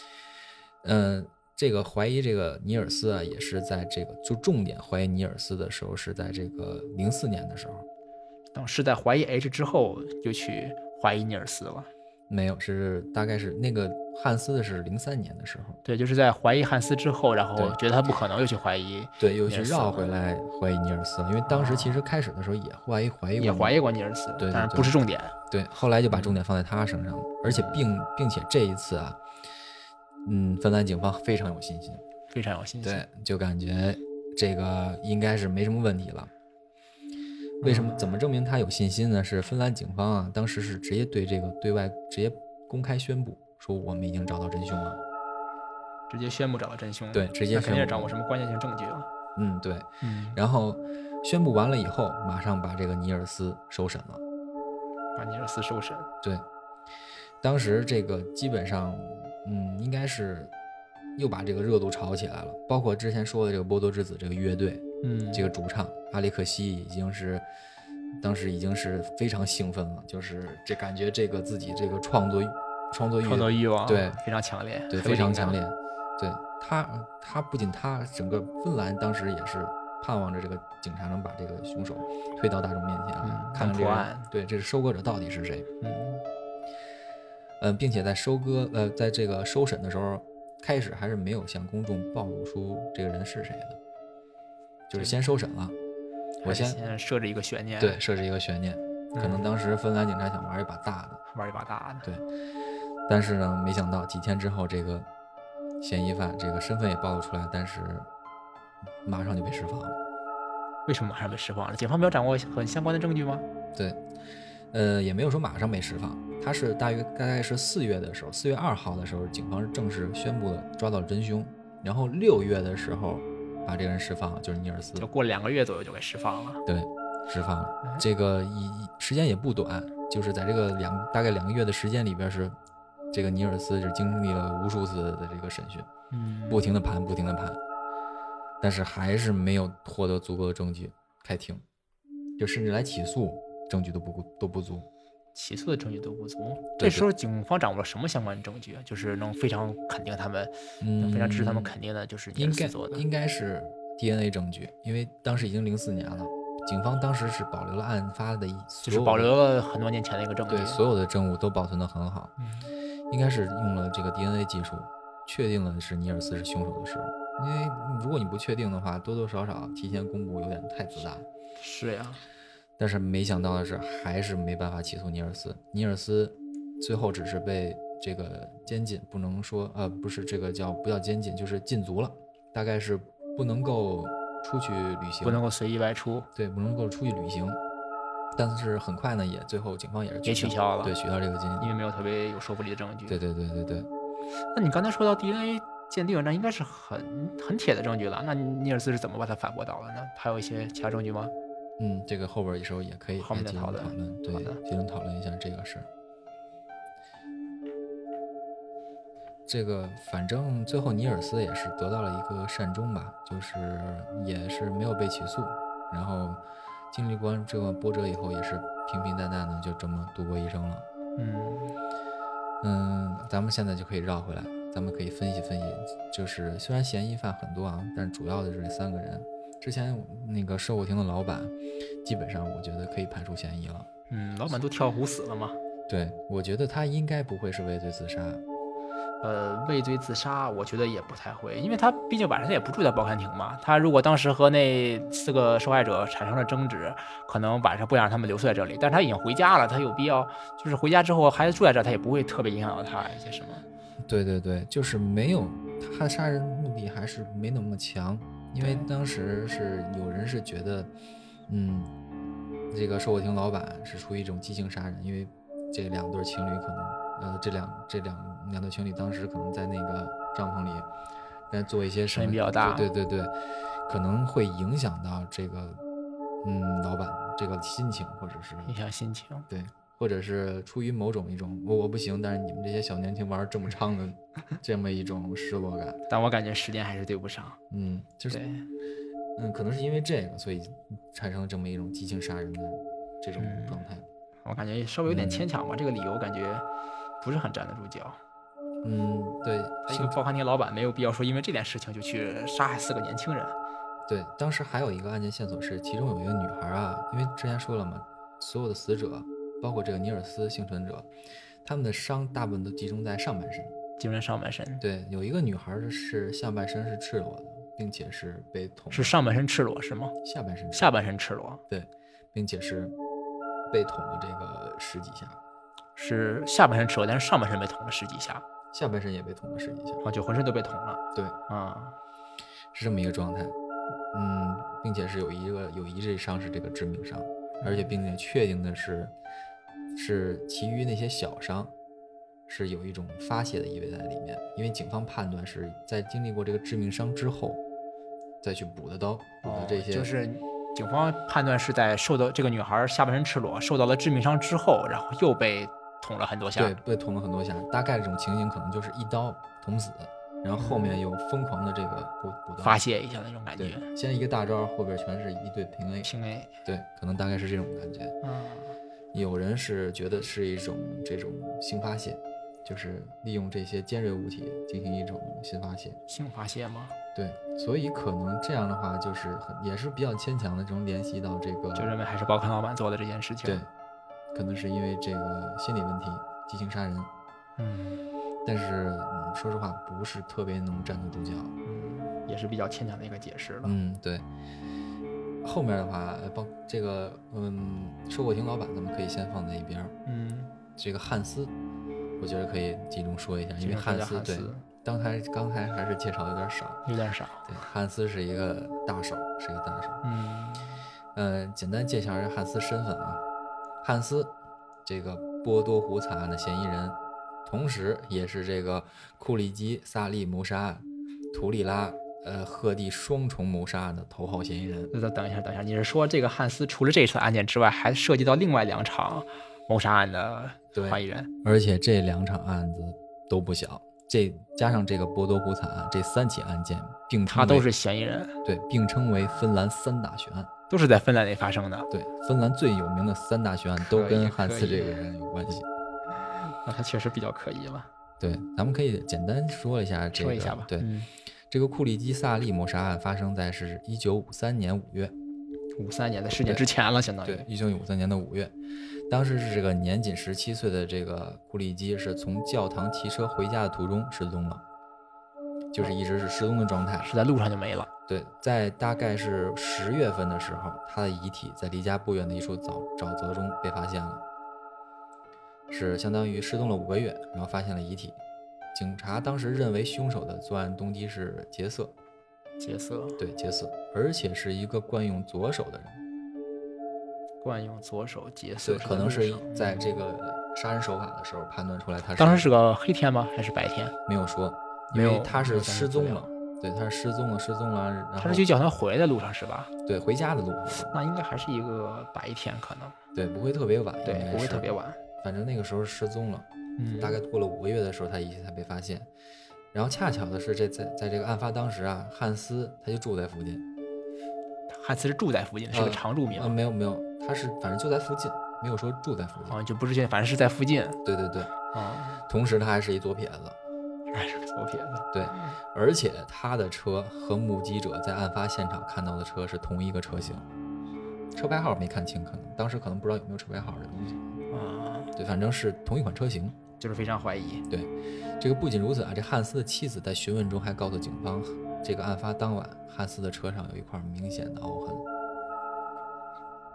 Speaker 1: 这个怀疑这个尼尔斯啊，也是在这个就重点怀疑尼尔斯的时候，是在这个04年的时候。
Speaker 2: 是在怀疑 H 之后就去怀疑尼尔斯了？
Speaker 1: 没有，大概是那个汉斯的是03年的时候。
Speaker 2: 对，就是在怀疑汉斯之后，然后觉得他不可能，又去怀疑，
Speaker 1: 对，又去绕回来怀疑尼尔斯了。因为当时其实开始的时候也怀疑过尼尔斯，
Speaker 2: 对，但是不是重点。
Speaker 1: 对，后来就把重点放在他身上了，而且并且这一次啊，芬兰警方非常有信心，
Speaker 2: 非常有信心，
Speaker 1: 对，就感觉这个应该是没什么问题了。为什么？怎么证明他有信心呢？是芬兰警方啊，当时是直接对外直接公开宣布说，我们已经找到真凶了，
Speaker 2: 直接宣布找到真凶了。
Speaker 1: 对，直接宣布，
Speaker 2: 肯定是掌握什么关键性证据了。
Speaker 1: 对，然后宣布完了以后，马上把这个尼尔斯收审了，
Speaker 2: 把尼尔斯收审。
Speaker 1: 对，当时这个基本上，应该是又把这个热度炒起来了，包括之前说的这个波多之子这个乐队。这个主唱阿列克西当时已经是非常兴奋了，就是这感觉这个自己这个创作
Speaker 2: 欲望
Speaker 1: 对
Speaker 2: 非常强烈，
Speaker 1: 对，非常强烈。对，他不仅他整个芬兰当时也是盼望着这个警察能把这个凶手推到大众面前啊，看看这个对这个收割者到底是谁。并且在在这个收审的时候，开始还是没有向公众暴露出这个人是谁的。就是先收审了，我
Speaker 2: 先设置一个悬念，
Speaker 1: 对，设置一个悬念，可能当时芬兰警察想玩一把大的，对，但是呢，没想到几天之后，这个嫌疑犯这个身份也暴露出来，但是马上就被释放了。
Speaker 2: 为什么马上被释放了？警方没有掌握很相关的证据吗？
Speaker 1: 对，也没有说马上被释放，他是大概是4月的时候，4月2号的时候，警方是正式宣布了抓到了真凶，然后6月的时候。把这个人释放了，就是尼尔斯，
Speaker 2: 就过2个月左右就给释放了。
Speaker 1: 对，释放了。这个时间也不短，就是在这个大概2个月的时间里边，是这个尼尔斯是经历了无数次的这个审讯，不停的盘，但是还是没有获得足够的证据开庭，就甚至来起诉证据都不足。
Speaker 2: 起诉的证据都不足，这时候警方掌握了什么相关证据？就是能非常肯定他们，非常支持他们肯定的，就是尼尔斯做的。
Speaker 1: 应该是 DNA 证据，因为当时已经04年了，警方当时是保留了案发的
Speaker 2: 就是保留了很多年前的一个证据，
Speaker 1: 对，所有的证物都保存得很好。应该是用了这个 DNA 技术，确定了是尼尔斯是凶手的时候。因为如果你不确定的话，多多少少提前公布有点太自大。
Speaker 2: 是呀。
Speaker 1: 但是没想到的是，还是没办法起诉尼尔斯。尼尔斯最后只是被这个监禁，不能说不是这个不叫监禁，就是禁足了，大概是不能够出去旅行，
Speaker 2: 不能够随意外出，
Speaker 1: 对，不能够出去旅行。但是很快呢，最后警方也
Speaker 2: 取消了，
Speaker 1: 对，取消这个监禁，
Speaker 2: 因为没有特别有说服力的证据。
Speaker 1: 对。
Speaker 2: 那你刚才说到 DNA 鉴定，那应该是很铁的证据了。那尼尔斯是怎么把它反驳倒了呢？还有一些其他证据吗？
Speaker 1: 这个后边的时候也可以
Speaker 2: 后面讨论，
Speaker 1: 对，集中讨论一下这个事儿。这个反正最后尼尔斯也是得到了一个善终吧，就是也是没有被起诉，然后经历过这个波折以后，也是平平淡淡的就这么度过一生了。咱们现在就可以绕回来，咱们可以分析分析，就是虽然嫌疑犯很多啊，但主要的是这3个人。之前那个售后亭的老板，基本上我觉得可以排除嫌疑了。
Speaker 2: 老板都跳湖死了吗？
Speaker 1: 对，我觉得他应该不会是畏罪自杀。
Speaker 2: 畏罪自杀，我觉得也不太会，因为他毕竟晚上他也不住在报刊亭嘛。他如果当时和那4个受害者产生了争执，可能晚上不想让他们留宿在这里，但是他已经回家了，他有必要就是回家之后孩子住在这儿，他也不会特别影响到他一些什么。
Speaker 1: 对，就是没有， 他杀人目的还是没那么强，因为当时是有人是觉得，这个售货亭老板是出于一种激情杀人，因为这两对情侣可能，这两对情侣当时可能在那个帐篷里在做一些什么，
Speaker 2: 声音比较大，
Speaker 1: 对，可能会影响到这个，老板这个心情，或者是
Speaker 2: 影响心情，
Speaker 1: 对。或者是出于某种一种我不行，但是你们这些小年轻玩这么长的这么一种失落感，
Speaker 2: 但我感觉时间还是对不上，
Speaker 1: 就是可能是因为这个，所以产生了这么一种激情杀人的这种状态。
Speaker 2: 我感觉稍微有点牵强吧，这个理由感觉不是很站得住脚。
Speaker 1: 对，
Speaker 2: 他一个报刊亭老板没有必要说因为这件事情就去杀害4个年轻人。
Speaker 1: 对，当时还有一个案件线索是，其中有一个女孩啊，因为之前说了嘛，所有的死者。包括这个尼尔斯幸存者，他们的伤大部分都集中在上半身，
Speaker 2: 集中在上半身。
Speaker 1: 对，有一个女孩是下半身是赤裸的，并且是被捅。
Speaker 2: 是上半身赤裸是吗？下半身赤裸。
Speaker 1: 对，并且是被捅了这个10几下。
Speaker 2: 是下半身赤裸，但是上半身被捅了10几下。
Speaker 1: 下半身也被捅了10几下。
Speaker 2: 就浑身都被捅了。
Speaker 1: 对，是这么一个状态。并且是有一致伤是这个致命伤，而且并且确定的是其余那些小伤是有一种发泄的意味在里面，因为警方判断是在经历过这个致命伤之后再去补的刀，补的这些，
Speaker 2: 就是警方判断是在受到这个女孩下半身赤裸受到了致命伤之后，然后又被捅了很多下。
Speaker 1: 对，被捅了很多下，大概这种情形可能就是一刀捅死，然后后面又疯狂的这个补刀
Speaker 2: 发泄一下那种感觉。
Speaker 1: 先一个大招，后边全是一对平 A。对，可能大概是这种感觉。有人是觉得是一种这种性发泄，就是利用这些尖锐物体进行一种性发泄。
Speaker 2: 性发泄吗？
Speaker 1: 对，所以可能这样的话就是也是比较牵强的这种联系到这个，
Speaker 2: 就认为还是报刊老板做的这件事情。
Speaker 1: 对，可能是因为这个心理问题，激情杀人。但是说实话不是特别能站得住脚。
Speaker 2: 也是比较牵强的一个解释了。
Speaker 1: 对。后面的话，这个售货亭老板咱们可以先放在一边。这个汉斯，我觉得可以集中说一下，因为汉斯对，刚才还是介绍有点少。对，汉斯是一个大手，简单介绍一下汉斯身份啊。汉斯，这个波多湖惨案的嫌疑人，同时也是这个库里基萨利谋杀案、图里拉。赫蒂双重谋杀案的头号嫌疑人。
Speaker 2: 等一下，你是说这个汉斯除了这次案件之外，还涉及到另外2场谋杀案的怀疑人？
Speaker 1: 而且这2场案子都不小，这加上这个波多湖惨案，这3起案件
Speaker 2: 他都是嫌疑人。
Speaker 1: 对，并称为芬兰3大血案，
Speaker 2: 都是在芬兰内发生的。
Speaker 1: 对，芬兰最有名的3大血案都跟汉斯这个人有关系。
Speaker 2: 那他确实比较可疑了。
Speaker 1: 对，咱们可以简单说一下这个。
Speaker 2: 说一下吧。
Speaker 1: 对。这个库里基萨利谋杀案发生在是1953年5月
Speaker 2: ，53年的事件之前了，相当于。
Speaker 1: 对，1953年的5月，当时是这个年仅17岁的这个库里基是从教堂骑车回家的途中失踪了，就是一直是失踪的状态，
Speaker 2: 是在路上就没了。
Speaker 1: 对，在大概是10月份的时候，他的遗体在离家不远的一处沼泽中被发现了，是相当于失踪了5个月，然后发现了遗体。警察当时认为凶手的作案动机是劫色，对，劫色，而且是一个惯用左手的人。
Speaker 2: 惯用左手劫色，
Speaker 1: 对，可能是在这个杀人手法的时候判断出来他是。
Speaker 2: 当时是个黑天吗？还是白天？
Speaker 1: 没有说，因为他是失踪了。对，他是失踪了，然后
Speaker 2: 他是去教堂回来的路上是吧？
Speaker 1: 对，回家的路上。
Speaker 2: 那应该还是一个白天可能。
Speaker 1: 对，不会特别晚。
Speaker 2: 对，不会特别晚。
Speaker 1: 反正那个时候失踪了。大概过了5个月的时候，他遗体才被发现。然后恰巧的是，在这个案发当时啊，汉斯他就住在附近。
Speaker 2: 汉斯是住在附近，是个常住民。
Speaker 1: 没有，他是反正就在附近，没有说住在附近。
Speaker 2: 就不是反正是在附近。
Speaker 1: 对。同时他还是一左撇子。
Speaker 2: 还是个左撇子。
Speaker 1: 对，而且他的车和目击者在案发现场看到的车是同一个车型，车牌号没看清，可能当时可能不知道有没有车牌号这东西。对，反正是同一款车型，
Speaker 2: 就是非常怀疑。
Speaker 1: 对，这个不仅如此啊，这汉斯的妻子在询问中还告诉警方，这个案发当晚汉斯的车上有一块明显的凹痕。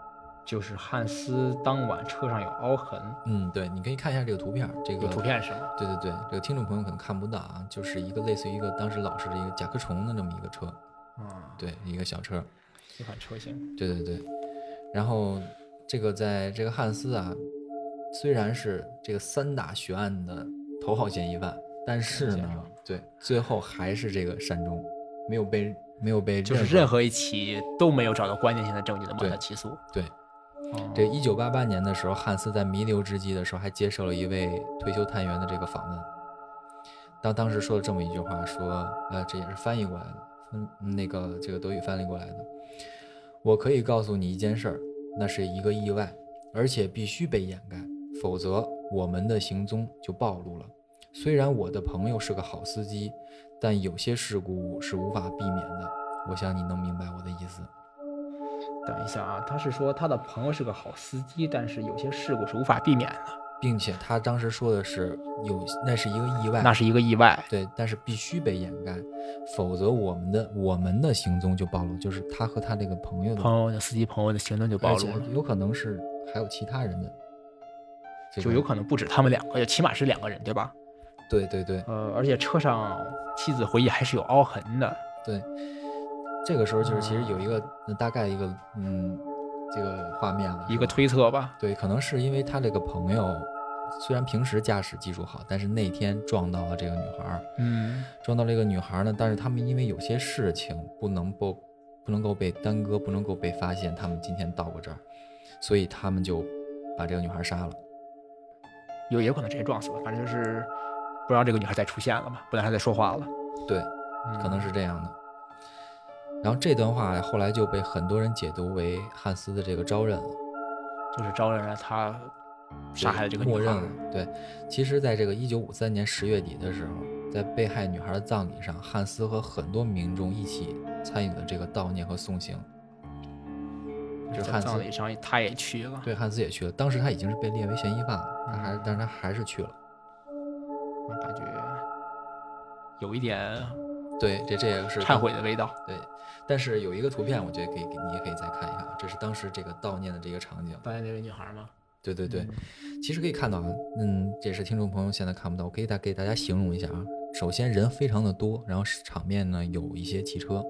Speaker 2: 就是汉斯当晚车上有凹痕，
Speaker 1: 对，你可以看一下这个图片，这个
Speaker 2: 有图片是吗？
Speaker 1: 对，这个听众朋友可能看不到啊，就是一个类似于一个当时老式的一个甲壳虫的这么一个车，对，一个小车，
Speaker 2: 一款车型，
Speaker 1: 对，然后这个在这个汉斯啊，虽然是这个3大悬案的头号嫌疑犯，但是呢，对，最后还是这个善终，没有被
Speaker 2: 就是任何一起都没有找到关键性的证据的把他起诉。
Speaker 1: 对，这1988年的时候，汉斯在弥留之际的时候，还接受了一位退休探员的这个访问。当时说了这么一句话，说，这也是翻译过来的，这个德语翻译过来的。我可以告诉你一件事儿，那是一个意外，而且必须被掩盖，否则我们的行踪就暴露了。虽然我的朋友是个好司机，但有些事故是无法避免的。我想你能明白我的意思。
Speaker 2: 等一下啊，他是说他的朋友是个好司机，但是有些事故是无法避免的，
Speaker 1: 并且他当时说的是那是一个意外，
Speaker 2: 那是一个意外，
Speaker 1: 对，但是必须被掩盖，否则我们的行踪就暴露，就是他和他这个朋友
Speaker 2: 的司机朋友的行踪就暴露了，
Speaker 1: 有可能是还有其他人的，
Speaker 2: 就有可能不止他们2个，起码是2个人，对吧？
Speaker 1: 对，
Speaker 2: 而且车上妻子回忆还是有凹痕的，
Speaker 1: 对。这个时候就是其实有一个大概一个这个画面了，
Speaker 2: 一个推测吧。
Speaker 1: 对，可能是因为他这个朋友虽然平时驾驶技术好，但是那天撞到了这个女孩，撞到这个女孩呢，但是他们因为有些事情不能够被耽搁，不能够被发现，他们今天到过这儿，所以他们就把这个女孩杀了。
Speaker 2: 也有可能直接撞死了，反正就是不让这个女孩再出现了嘛，不然她再说话了。
Speaker 1: 对，可能是这样的。然后这段话后来就被很多人解读为汉斯的这个招认了，
Speaker 2: 就是招认了他杀害了这个女孩。
Speaker 1: 默认了。对，其实在这个1953年10月底的时候，在被害女孩的葬礼上，汉斯和很多民众一起参与了这个悼念和送行。就是汉斯
Speaker 2: 葬礼上他也去了，
Speaker 1: 对，汉斯也去了。当时他已经是被列为嫌疑犯了，但是他还是去了。
Speaker 2: 我感觉有一点
Speaker 1: 对，这也是
Speaker 2: 忏悔的味道。
Speaker 1: 对，但是有一个图片，我觉得你也可以再看一看，这是当时这个悼念的这个场景。
Speaker 2: 悼念那位女孩吗？
Speaker 1: 对，其实可以看到啊，这是听众朋友现在看不到，我可以给大家形容一下啊。首先人非常的多，然后场面呢有一些汽车，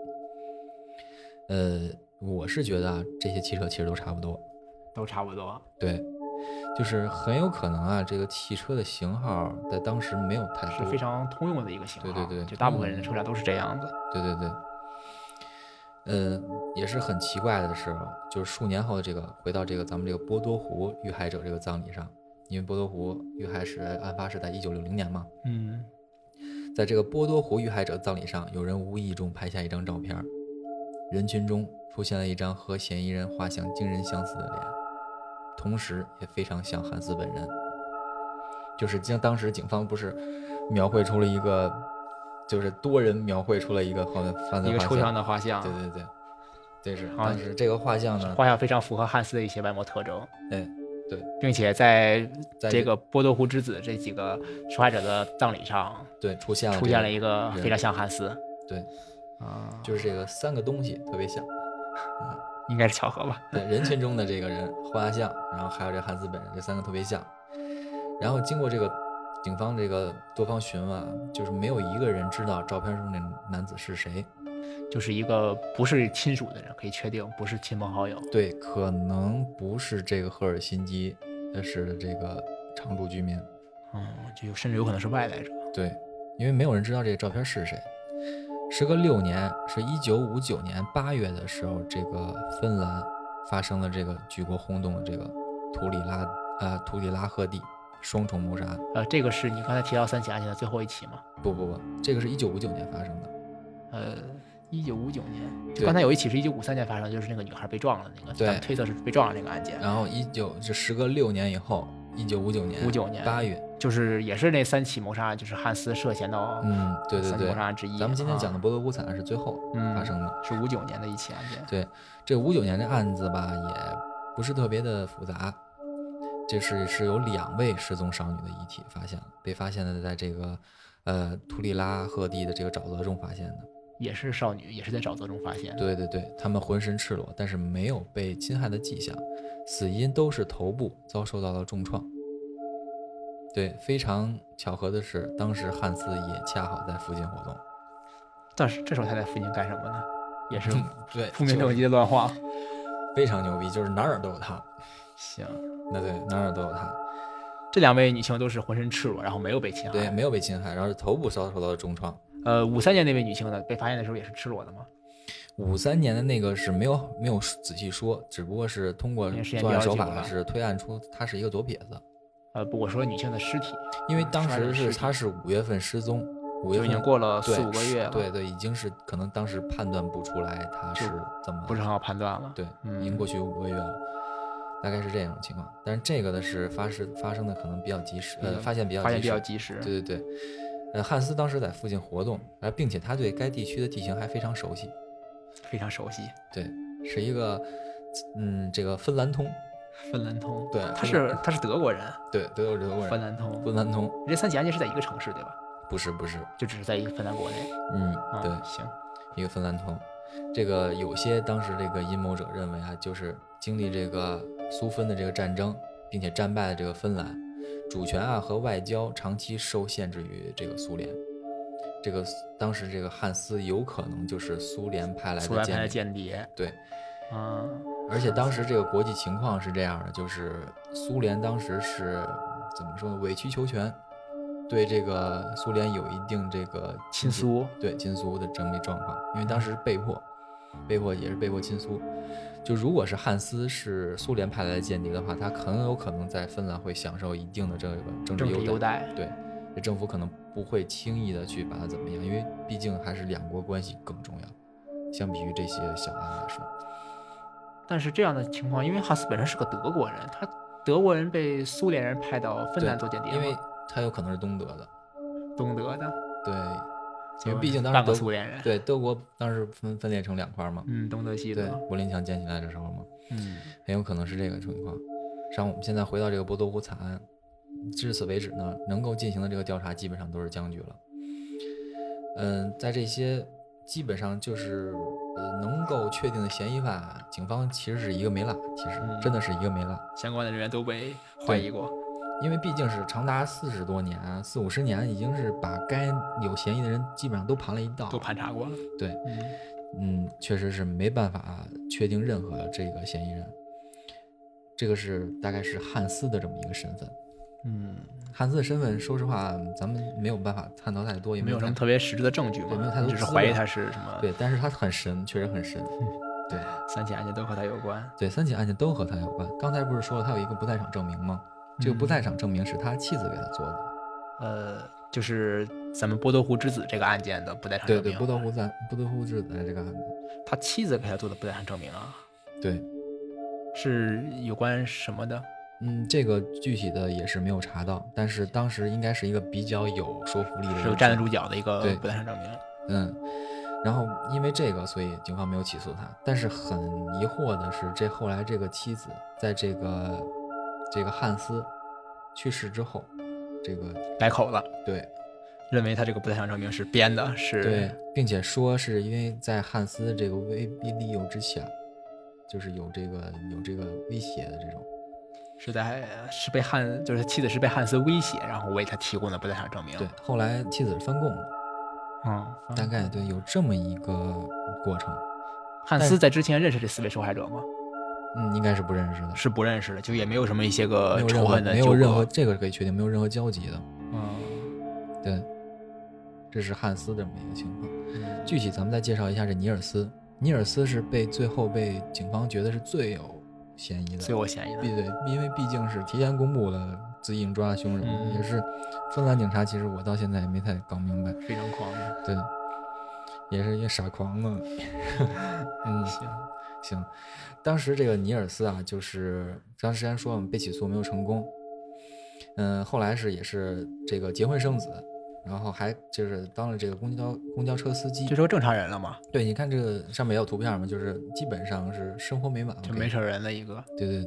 Speaker 1: 我是觉得啊，这些汽车其实都差不多，对，就是很有可能啊，这个汽车的型号在当时没有太多，
Speaker 2: 是非常通用的一个型号，
Speaker 1: 对，
Speaker 2: 就大部分人的车辆都是这样子。
Speaker 1: 对，也是很奇怪的时候，就是数年后的回到咱们这个波多湖遇害者这个葬礼上，因为波多湖遇害案发是在1960年嘛，在这个波多湖遇害者葬礼上，有人无意中拍下一张照片，人群中出现了一张和嫌疑人画像惊人相似的脸，同时也非常像汉斯本人。就是当时警方不是描绘出了一个，就是多人描绘出了一个犯罪
Speaker 2: 一个抽象的画像。
Speaker 1: 对，这是当时这个画像呢，
Speaker 2: 画像非常符合汉斯的一些外貌特征。
Speaker 1: 对，
Speaker 2: 并且在这个波多湖之子这几个受害者的葬礼上，
Speaker 1: 对，出现
Speaker 2: 了一个非常像汉斯。
Speaker 1: 对，就是这个3个东西特别像，
Speaker 2: 应该是巧合吧？
Speaker 1: 对，人群中的这个人画像，然后还有这汉斯本人，这3个特别像。然后经过这个警方这个多方询问，就是没有一个人知道照片中那男子是谁，
Speaker 2: 就是一个不是亲属的人，可以确定不是亲朋好友。
Speaker 1: 对，可能不是这个赫尔辛基市的这个常住居民，
Speaker 2: 就甚至有可能是外来者。
Speaker 1: 对，因为没有人知道这个照片是谁。时隔6年，是1959年8月的时候，这个芬兰发生了这个举国轰动的这个图里拉赫蒂双重谋杀案。
Speaker 2: 这个是你刚才提到3起案件的最后一起吗？
Speaker 1: 不，这个是1959年发生的。
Speaker 2: 1959年，就刚才有一起是1953年发生，就是那个女孩被撞了那个，对，推测是被撞了那个案件。
Speaker 1: 然后就时隔6年以后，1959年8月，
Speaker 2: 就是也是那3起谋杀案，就是汉斯涉嫌到
Speaker 1: 对
Speaker 2: 3起谋杀案之一。
Speaker 1: 咱们今天讲的波多湖惨案是最后发生的，
Speaker 2: 是59年的一起案件。
Speaker 1: 对，这59年的案子吧，也不是特别的复杂，是有2位失踪少女的遗体被发现的，在这个图里拉赫蒂的这个沼泽中发现的。
Speaker 2: 也是少女，也是在沼泽中发现的。
Speaker 1: 对对对，他们浑身赤裸，但是没有被侵害的迹象，死因都是头部遭受到了重创。对，非常巧合的是，当时汉斯也恰好在附近活动。
Speaker 2: 但是这时候他在附近干什么呢？也是
Speaker 1: 对，
Speaker 2: 负面等级的乱画，
Speaker 1: 非常牛逼，就是哪儿都有他。
Speaker 2: 行，
Speaker 1: 那对，哪儿都有他。
Speaker 2: 这2位女性都是浑身赤裸，然后没有被侵害。
Speaker 1: 对，没有被侵害，然后是头部遭受到了重创。
Speaker 2: 53年那位女性呢，被发现的时候也是赤裸的吗
Speaker 1: ？53年的那个是没有仔细说，只不过是通过作案手法是推断出她是一个左撇子。
Speaker 2: 不，我说女性的尸体，
Speaker 1: 因为当时她是5月份失踪，5月份
Speaker 2: 就已经过了4、5个月了。
Speaker 1: 对对，已经是可能当时判断不出来她是怎么，
Speaker 2: 不是很好判断了。
Speaker 1: 对，已经过去5个月了，大概是这种情况。但是这个的是发生的可能比较及时，发现比较及时。对对对，汉斯当时在附近活动，并且他对该地区的地形还非常熟悉。
Speaker 2: 非常熟悉。
Speaker 1: 对，是一个这个芬兰通。
Speaker 2: 芬兰通，
Speaker 1: 对，
Speaker 2: 他是德国人，
Speaker 1: 对，德国人。
Speaker 2: 芬兰通，
Speaker 1: 芬兰通。
Speaker 2: 这3起案件是在一个城市对吧？
Speaker 1: 不是，
Speaker 2: 就只是在一个芬兰国内。
Speaker 1: 对，
Speaker 2: 行，
Speaker 1: 一个芬兰通。这个有些当时这个阴谋者认为啊，就是经历这个苏芬的这个战争，并且战败的这个芬兰，主权啊和外交长期受限制于这个苏联。这个当时这个汉斯有可能就是苏联派来的
Speaker 2: 间谍。
Speaker 1: 对。而且当时这个国际情况是这样的，就是苏联当时是怎么说呢？委曲求全，对这个苏联有一定这个
Speaker 2: 亲苏，
Speaker 1: 对亲苏的这么一状况。因为当时被迫也是被迫亲苏。就如果是汉斯是苏联派来的间谍的话，他很有可能在芬兰会享受一定的这个政治优待。对，这政府可能不会轻易的去把他怎么样，因为毕竟还是2国关系更重要，相比于这些小案来说。
Speaker 2: 但是这样的情况，因为汉斯本身是个德国人，他德国人被苏联人派到芬兰做间谍，
Speaker 1: 因为他有可能是东德的。对，因为毕竟当时
Speaker 2: 半个苏联人。
Speaker 1: 对，德国当时分裂成2块嘛。
Speaker 2: 东德西德。
Speaker 1: 对，柏林墙建起来的时候嘛。很有可能是这个情况。像我们现在回到这个波多湖惨案，至此为止呢，能够进行的这个调查基本上都是僵局了。在这些基本上就是能够确定的嫌疑犯，警方其实是一个没落，其实真的是一个没落。
Speaker 2: 相关的人员都被怀疑过，
Speaker 1: 因为毕竟是长达40多年、40-50年，已经是把该有嫌疑的人基本上都盘了一道，
Speaker 2: 都盘查过了。
Speaker 1: 对，确实是没办法确定任何这个嫌疑人。这个是大概是汉斯的这么一个身份。汉斯的身份，说实话，咱们没有办法探讨太多，也
Speaker 2: 没有什么特别实质的证据嘛，
Speaker 1: 没有太多，
Speaker 2: 只是怀疑他是什么。
Speaker 1: 对，但是他很神，确实很神。对
Speaker 2: ，3起案件都和他有关。
Speaker 1: 对，3起案件都和他有关。刚才不是说了他有一个不在场证明吗？这个不在场证明是他妻子给他做
Speaker 2: 的。就是咱们波多湖之子这个案件的不在场证明。
Speaker 1: 对，波多湖之子的这个案子，
Speaker 2: 他妻子给他做的不在场证明啊。
Speaker 1: 对，
Speaker 2: 是有关什么的？
Speaker 1: 这个具体的也是没有查到，但是当时应该是一个比较有说服力的，
Speaker 2: 是站得住脚的一个不在场证
Speaker 1: 明。然后因为这个，所以警方没有起诉他。但是很疑惑的是，后来这个妻子在这个汉斯去世之后，这个
Speaker 2: 改口了。
Speaker 1: 对，
Speaker 2: 认为他这个不在场证明是编的，是
Speaker 1: 对，并且说是因为在汉斯这个威逼利诱之下，就是有这个威胁的这种。
Speaker 2: 就是妻子是被汉斯威胁，然后为他提供的不在场证明。
Speaker 1: 对，后来妻子翻供了。大概对，有这么一个过程。
Speaker 2: 汉斯在之前认识这4位受害者吗？
Speaker 1: 应该是不认识的。
Speaker 2: 是不认识的，就也没有什么一些个仇恨的，
Speaker 1: 没有任何这个可以确定，没有任何交集的。对，这是汉斯这么一个情况。具体咱们再介绍一下这尼尔斯。尼尔斯是最后被警方觉得是最有嫌疑的。对，因为毕竟是提前公布了自硬抓凶手，也是芬兰警察。其实我到现在也没太搞明白，
Speaker 2: 非常狂的。
Speaker 1: 对，也是一个傻狂呢。行。当时这个尼尔斯啊，就是当时先说我们被起诉没有成功。后来也是这个结婚生子，然后还就是当了这个公交车司机，
Speaker 2: 就是个正常人了嘛。
Speaker 1: 对，你看这个上面也有图片嘛，就是基本上是生活美满，
Speaker 2: 就没事人的一个。
Speaker 1: 对。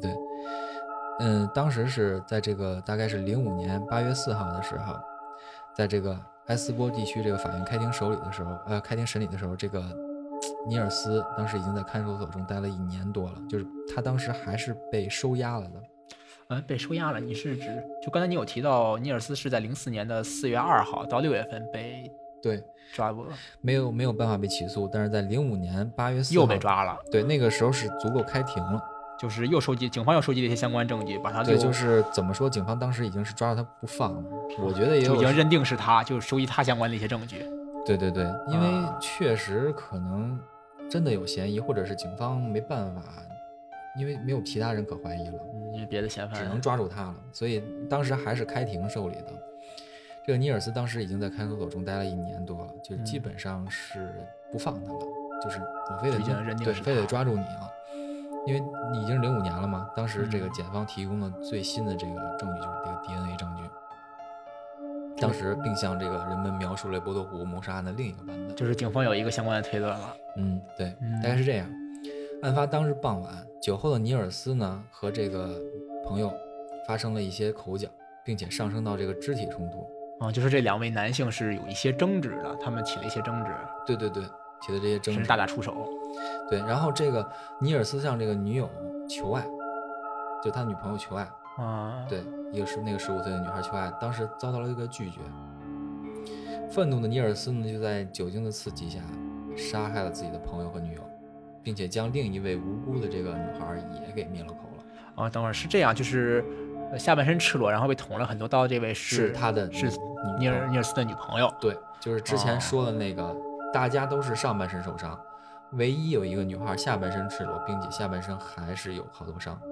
Speaker 1: 当时是在这个大概是05年8月4号的时候，在这个埃斯波地区这个法院开庭审理的时候，这个尼尔斯当时已经在看守所中待了1年多了，就是他当时还是被收押了的。
Speaker 2: 被收押了，你是指就刚才你有提到尼尔斯是在04年的4月2号到6月份被
Speaker 1: 对
Speaker 2: 抓捕，
Speaker 1: 没有办法被起诉，但是在05年8月4号
Speaker 2: 又被抓了。
Speaker 1: 对，那个时候是足够开庭了，
Speaker 2: 就是警方又收集了一些相关证据，把他
Speaker 1: 对，就是怎么说，警方当时已经是抓着他不放了，我觉得也有
Speaker 2: 就已经认定是他，就收集他相关的一些证据。
Speaker 1: 对，因为确实可能真的有嫌疑，或者是警方没办法，因为没有其他人可怀疑了，
Speaker 2: 因为别的嫌犯
Speaker 1: 只能抓住他了，所以当时还是开庭受理的。这个尼尔斯当时已经在看守所中待了1年多了，就基本上是不放他了，就是我非得非得抓住你啊，因为你已经是05年了嘛。当时这个检方提供了最新的这个证据，就是这个 DNA 证据。当时并向这个人们描述了波多湖谋杀案的另一个版本，
Speaker 2: 就是警方有一个相关的推论了。
Speaker 1: 对，大概是这样。案发当日傍晚，酒后的尼尔斯呢和这个朋友发生了一些口角，并且上升到这个肢体冲突。
Speaker 2: 就是这2位男性是有一些争执的，他们起了一些争执。
Speaker 1: 对，起了这些争执，
Speaker 2: 甚至大打出手。
Speaker 1: 对，然后这个尼尔斯向这个女友求爱，就他女朋友求爱。对，那个15岁的女孩求爱，当时遭到了一个拒绝。愤怒的尼尔斯呢，就在酒精的刺激下杀害了自己的朋友和女友，并且将另一位无辜的这个女孩也给灭了口了。
Speaker 2: 等会儿是这样，就是下半身赤裸，然后被捅了很多刀，这位
Speaker 1: 是他的
Speaker 2: 是尼尔斯的女朋友。
Speaker 1: 对，就是之前说的那个，大家都是上半身受伤，唯一有一个女孩下半身赤裸，并且下半身还是有好多伤。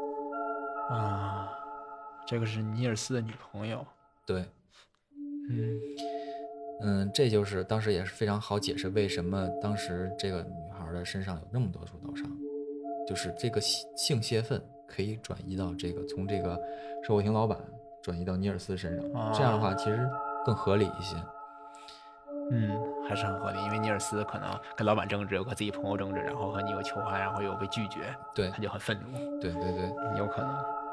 Speaker 2: 这个是尼尔斯的女朋友。
Speaker 1: 对，这就是当时也是非常好解释为什么当时这个女孩的身上有那么多处刀伤，就是这个性泄愤可以转移到从这个售后亭老板转移到尼尔斯身上，这样的话其实更合理一些。
Speaker 2: 还是很合理，因为尼尔斯可能跟老板争执，和自己朋友争执，然后和女友求欢，然后又被拒绝，
Speaker 1: 对，
Speaker 2: 他就很愤怒。
Speaker 1: 对，
Speaker 2: 有可能。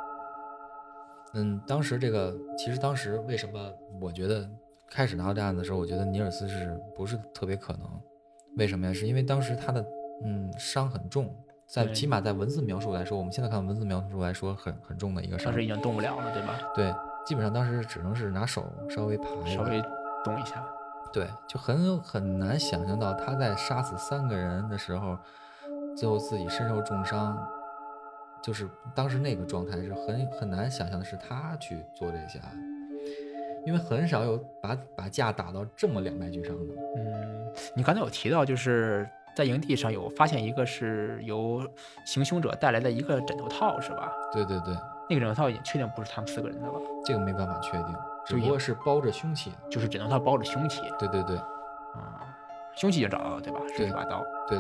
Speaker 1: 当时其实当时为什么我觉得开始拿到这案子的时候，我觉得尼尔斯是不是特别可能？为什么呀？是因为当时他的伤很重，起码在文字描述来说，我们现在看文字描述来说很重的一个伤。
Speaker 2: 当时已经动不了了，对吧？
Speaker 1: 对，基本上当时只能是拿手稍微
Speaker 2: 动一下。
Speaker 1: 对，就很难想象到他在杀死3个人的时候，最后自己身受重伤，就是当时那个状态是很难想象的是他去做这些案，因为很少有把架打到这么两败俱伤的。
Speaker 2: 你刚才有提到，就是在营地上有发现一个是由行凶者带来的一个枕头套，是吧？
Speaker 1: 对，
Speaker 2: 那个枕头套已经确定不是他们4个人的了。
Speaker 1: 这个没办法确定，只不过是包着凶器，
Speaker 2: 就是枕头套包着凶器。
Speaker 1: 对，
Speaker 2: 凶器已经找到了，对吧？是一把刀。
Speaker 1: 对，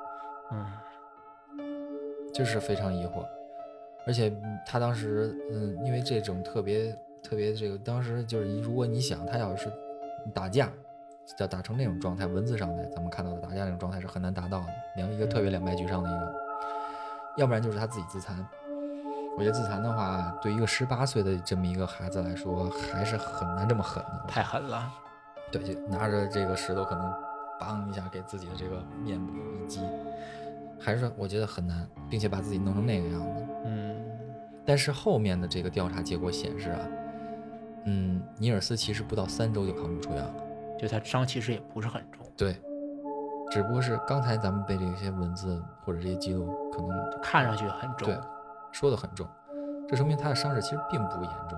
Speaker 1: 就是非常疑惑，而且他当时因为这种特别这个，当时就是如果你想他要是打架打成那种状态，文字上来咱们看到的打架那种状态是很难达到的，一个特别两败俱伤的一个，要不然就是他自己自残。我觉得自残的话，对一个18岁的这么一个孩子来说，还是很难这么狠的，
Speaker 2: 太狠了。
Speaker 1: 对，就拿着这个石头，可能梆一下给自己的这个面部一击，还是我觉得很难，并且把自己弄成那个样子。但是后面的这个调查结果显示啊，尼尔斯其实不到3周就康复出院了，
Speaker 2: 就他伤其实也不是很重。
Speaker 1: 对，只不过是刚才咱们被这些文字或者这些记录可能
Speaker 2: 看上去很重，
Speaker 1: 对，说的很重，这说明他的伤势其实并不严重。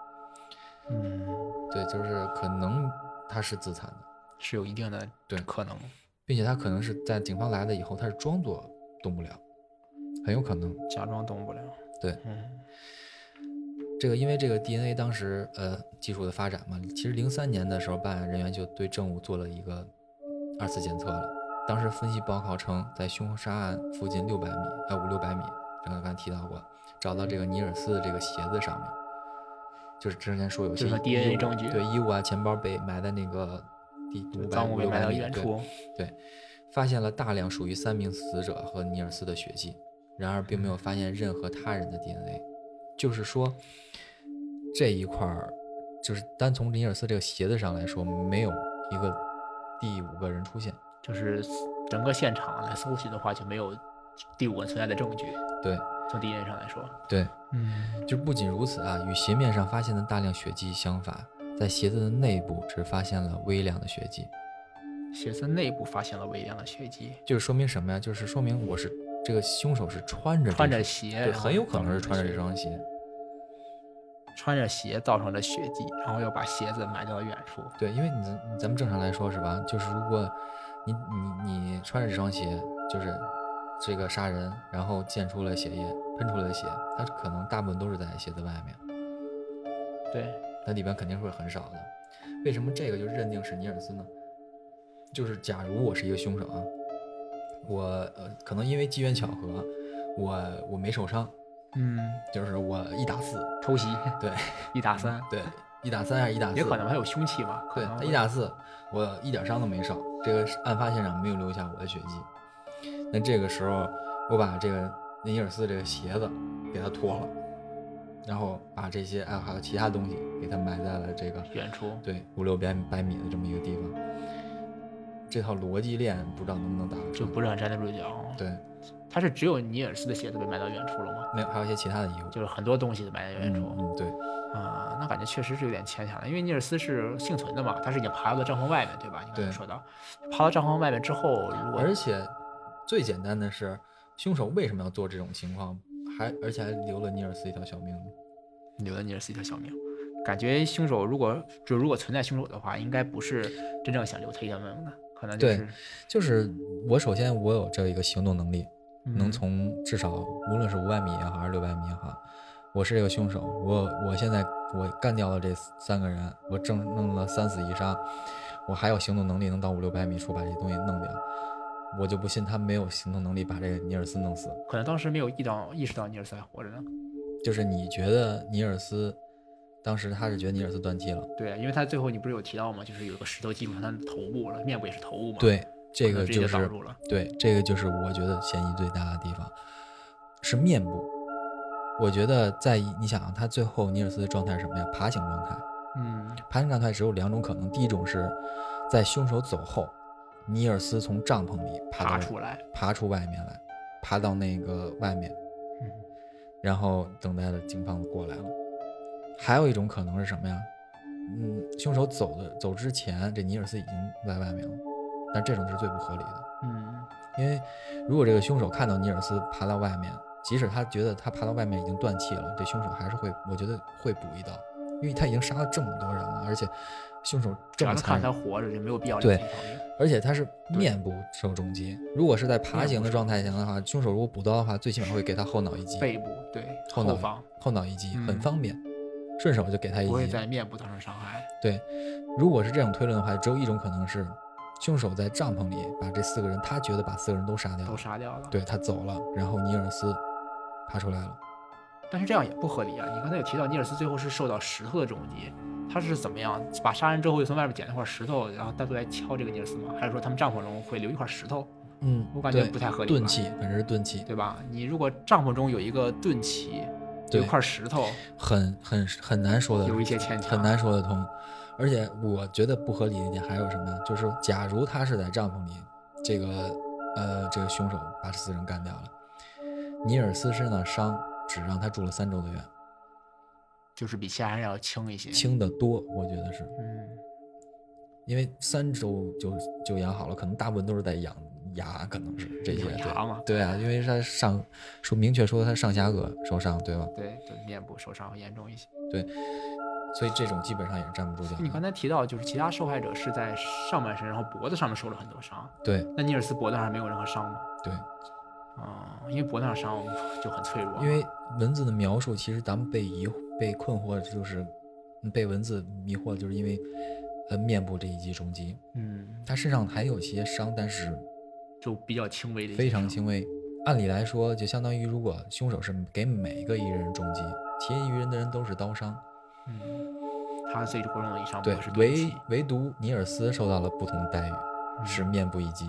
Speaker 1: 对，就是可能他是自残的，
Speaker 2: 是有一定的可能，
Speaker 1: 并且他可能是在警方来了以后，他是装作动不了，很有可能
Speaker 2: 假装动不了。
Speaker 1: 对，这个因为这个 DNA 当时技术的发展嘛，其实03年的时候，办案人员就对证物做了一个2次检测了。当时分析报告称，在凶杀案附近500米，刚才提到过，找到这个尼尔斯的这个鞋子上面，就是之前说有些
Speaker 2: DNA 证据，
Speaker 1: 对，衣物啊、钱包被埋在那个
Speaker 2: 赃物被埋到远处，
Speaker 1: 对，发现了大量属于3名死者和尼尔斯的血迹，然而并没有发现任何他人的 DNA，就是说这一块就是单从尼尔斯这个鞋子上来说，没有一个第5个人出现。
Speaker 2: 就是整个现场来搜寻的话，就没有第5个存在的证据。
Speaker 1: 对，
Speaker 2: 从第一人上来说，
Speaker 1: 对，就不仅如此啊，与鞋面上发现的大量血迹相反，在鞋子的内部只发现了微量的血迹。
Speaker 2: 鞋子内部发现了微量的血迹，
Speaker 1: 就是说明什么呀？就是说明这个凶手是穿着
Speaker 2: 鞋，
Speaker 1: 对，很有可能是穿着这双鞋。
Speaker 2: 穿着鞋造成的血迹，然后又把鞋子埋到了远处。
Speaker 1: 对，因为咱们正常来说是吧？就是如果你穿着这双鞋，就是这个杀人，然后溅出了血液，喷出了血，它可能大部分都是在鞋子外面。
Speaker 2: 对，
Speaker 1: 那里边肯定会很少的。为什么这个就认定是尼尔斯呢？就是假如我是一个凶手啊，我可能因为机缘巧合，我没受伤。就是我1打4
Speaker 2: 偷袭，
Speaker 1: 对
Speaker 2: ，1打3，
Speaker 1: 对，1打3还是1打4，
Speaker 2: 也可能还有凶器嘛。
Speaker 1: 对，他1打4，我一点伤都没受，这个案发现场没有留下我的血迹。那这个时候，我把这个尼尔斯这个鞋子给他脱了，然后把这些还有其他东西给他埋在了这个
Speaker 2: 远处，
Speaker 1: 对500-600米的这么一个地方。这套逻辑链不知道能不能打得出，
Speaker 2: 就不是很站得住脚。
Speaker 1: 对。
Speaker 2: 他是只有尼尔斯的鞋子被埋到远处了吗？
Speaker 1: 没有，还有一些其他的衣物，
Speaker 2: 就是很多东西都埋在远处。
Speaker 1: 对。
Speaker 2: 那感觉确实是有点牵强了，因为尼尔斯是幸存的嘛，他是已经爬到了帐篷外面，对吧？你刚才说到，爬到帐篷外面之后，
Speaker 1: 而且最简单的是，凶手为什么要做这种情况，而且还留了尼尔斯一条小命呢？
Speaker 2: 留了尼尔斯一条小命，感觉凶手如果存在凶手的话，应该不是真正想留他一条命的，可能就是
Speaker 1: 对，就是首先我有这一个行动能力。能从至少无论是500米也好，还是600米也好，我是这个凶手，我现在我干掉了这3个人，我正弄了3死1伤，我还有行动能力能到500-600米处把这东西弄掉，我就不信他没有行动能力把这个尼尔斯弄死。
Speaker 2: 可能当时没有意识到尼尔斯还活着呢。
Speaker 1: 就是你觉得尼尔斯当时他是觉得尼尔斯断气了？
Speaker 2: 对，因为他最后你不是有提到吗？就是有个石头击中他的头部了，面部也是头部嘛。
Speaker 1: 对。这个就是这个就是我觉得嫌疑最大的地方，是面部。我觉得你想他最后尼尔斯的状态是什么呀？爬行状态。爬行状态只有2种可能，第一种是在凶手走后，尼尔斯从帐篷里爬出外面来，爬到那个外面，然后等待了警方过来了。还有一种可能是什么呀？凶手走之前，这尼尔斯已经在外面了。但这种是最不合理的，因为如果这个凶手看到尼尔斯爬到外面，即使他觉得他爬到外面已经断气了，这凶手还是我觉得会补一刀，因为他已经杀了这么多人了，而且凶手这么残忍，
Speaker 2: 他活着就没有必要
Speaker 1: 对，而且他是面部受重击，如果是在爬行的状态下的话，凶手如果补刀的话，最起码会给他后脑一击，
Speaker 2: 背部对，
Speaker 1: 后脑一击很方便，顺手就给他一击，
Speaker 2: 不会在面部造成伤害。
Speaker 1: 对，如果是这种推论的话，只有一种可能是。凶手在帐篷里把这4个人，他觉得把4个人都杀掉了，对，他走了，然后尼尔斯爬出来了。
Speaker 2: 但是这样也不合理啊！你刚才有提到尼尔斯最后是受到石头的重击，他是怎么样把杀人之后又从外面捡了块石头，然后单独来敲这个尼尔斯吗？还是说他们帐篷中会留一块石头？我感觉不太合理。
Speaker 1: 钝器，反正是钝器，
Speaker 2: 对吧？你如果帐篷中有一个钝器，有一块石头，
Speaker 1: 很难说的，
Speaker 2: 有一些牵强，
Speaker 1: 很难说得通。而且我觉得不合理的一点还有什么？就是假如他是在帐篷里，这个凶手把这4人干掉了，尼尔斯身上的伤只让他住了3周的院，
Speaker 2: 就是比其他人要轻一些，
Speaker 1: 轻得多，我觉得是。因为3周就养好了，可能大部分都是在养牙，可能是这些。
Speaker 2: 牙嘛？
Speaker 1: 对啊，因为他明确说他上下颚受伤，对吧？
Speaker 2: 对，面部受伤会严重一些。
Speaker 1: 对。所以这种基本上也是站不住脚。
Speaker 2: 你刚才提到，就是其他受害者是在上半身，然后脖子上面受了很多伤。
Speaker 1: 对。
Speaker 2: 那尼尔斯脖子上没有任何伤吗？
Speaker 1: 对。
Speaker 2: 因为脖子上伤就很脆弱。
Speaker 1: 因为文字的描述，其实咱们被困惑，就是被文字迷惑，就是因为面部这一击重击。他身上还有些伤，但是
Speaker 2: 就比较轻微的，
Speaker 1: 非常轻微。按理来说，就相当于如果凶手是给每个1人重击，其余人的人都是刀伤。
Speaker 2: 他最重的一伤
Speaker 1: 对，唯独尼尔斯受到了不同的待遇，是面部一击，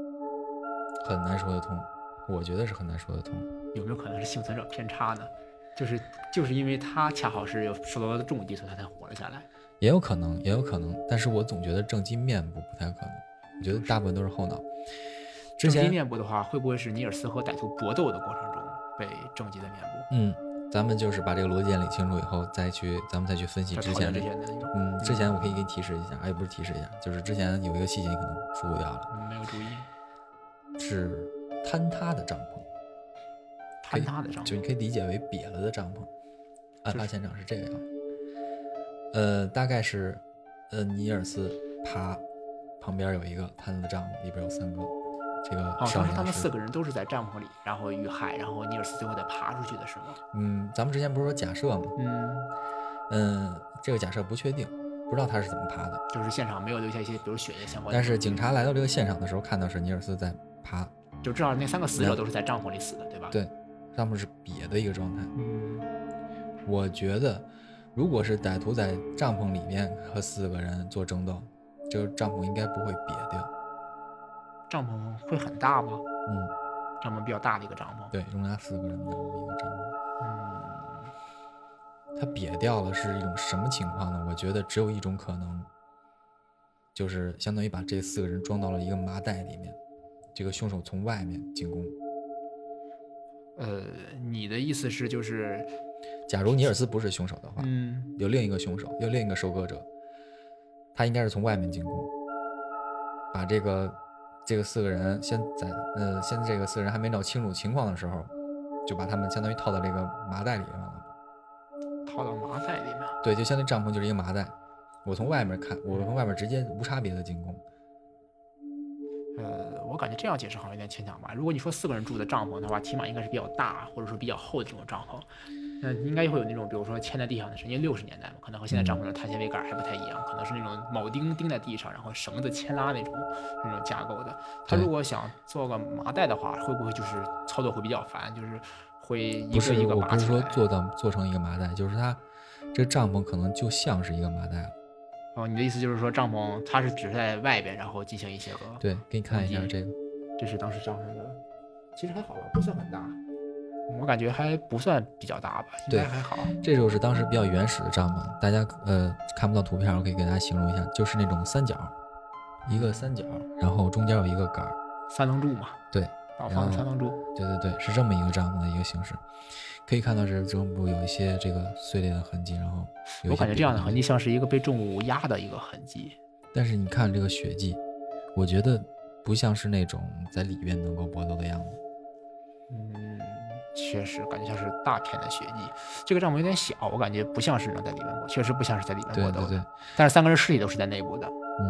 Speaker 1: 很难说得通。我觉得是很难说得通。
Speaker 2: 有没有可能是幸存者偏差呢？ 就是因为他恰好是有受到了重击，所以他才活了下来。
Speaker 1: 也有可能，但是我总觉得正击面部不太可能，我觉得大部分都是后脑。之前
Speaker 2: 正击面部的话，会不会是尼尔斯和歹徒搏斗的过程中被正击的面部？
Speaker 1: 咱们就是把这个逻辑链理清楚以后，咱们再去分析之前
Speaker 2: 这些内容。
Speaker 1: 之前我可以给你提示一下，也不是提示一下，就是之前有一个细节你可能疏忽掉了，
Speaker 2: 没有注意，
Speaker 1: 是坍塌的帐篷。
Speaker 2: 坍塌的帐篷，
Speaker 1: 就你可以理解为瘪了的帐篷。案发现场是这个样子，大概是，尼尔斯爬，旁边有一个摊子的帐篷，里边有3个。这个
Speaker 2: 当时他们4个人都是在帐篷里，然后遇害，然后尼尔斯最后再爬出去的是吗？
Speaker 1: 咱们之前不是说假设吗？这个假设不确定，不知道他是怎么爬的，
Speaker 2: 就是现场没有留下一些比如血液相关的。
Speaker 1: 但是警察来到这个现场的时候，看到是尼尔斯在爬，
Speaker 2: 就至少那3个死者都是在帐篷里死的，对吧？
Speaker 1: 对，帐篷是瘪的一个状态。我觉得，如果是歹徒在帐篷里面和4个人做争斗，这个帐篷应该不会瘪掉。
Speaker 2: 帐篷会很大吗？帐篷比较大的一个帐篷。
Speaker 1: 对，容纳4个人的一个帐篷。它瘪掉了是一种什么情况呢？我觉得只有一种可能，就是相当于把这4个人装到了一个麻袋里面，这个凶手从外面进攻。
Speaker 2: 你的意思是就是，
Speaker 1: 假如尼尔斯不是凶手的话，有另一个凶手，有另一个收割者，他应该是从外面进攻，把这个4个人先这个4个人还没闹清楚情况的时候，就把他们相当于套到这个麻袋里面了。
Speaker 2: 套到麻袋里面？对，
Speaker 1: 就相当于帐篷就是一个麻袋，我从外面看，我从外面直接无差别的进攻。
Speaker 2: 我感觉这样解释好像有点牵强吧。如果你说4个人住的帐篷的话，起码应该是比较大或者说比较厚的这种帐篷，应该会有那种比如说嵌在地上的，因为60年代嘛，可能和现在帐篷的碳纤维杆还不太一样，可能是那种铆钉钉在地上，然后绳子牵拉那种架构的。他如果想做个麻袋的话，会不会就是操作会比较烦，就是会一个一个拔起来？
Speaker 1: 我不是说做成一个麻袋，就是它这帐篷可能就像是一个麻袋了。
Speaker 2: 你的意思就是说帐篷它是只是在外边，然后进行一些个？
Speaker 1: 对，给你看一下这个，
Speaker 2: 这是当时帐篷的，其实还好吧，不算很大，我感觉还不算比较大吧，应该还好。
Speaker 1: 这就是当时比较原始的帐篷，大家看不到图片，我可以给大家形容一下，就是那种三角，一个三角，然后中间有一个杆，
Speaker 2: 三棱柱嘛。
Speaker 1: 对，
Speaker 2: 放三棱柱。
Speaker 1: 对，是这么一个帐篷的一个形式。可以看到这中部有一些这个碎裂的痕迹，然后
Speaker 2: 我感觉这样的痕迹像是一个被重物压的一个痕迹。
Speaker 1: 但是你看这个血迹，我觉得不像是那种在里边能够搏斗的样子。
Speaker 2: 确实感觉像是大片的血迹。这个帐篷有点小，我感觉不像是能在里面搏，确实不像是在里面搏斗的。
Speaker 1: 对。
Speaker 2: 但是3个人尸体都是在内部的。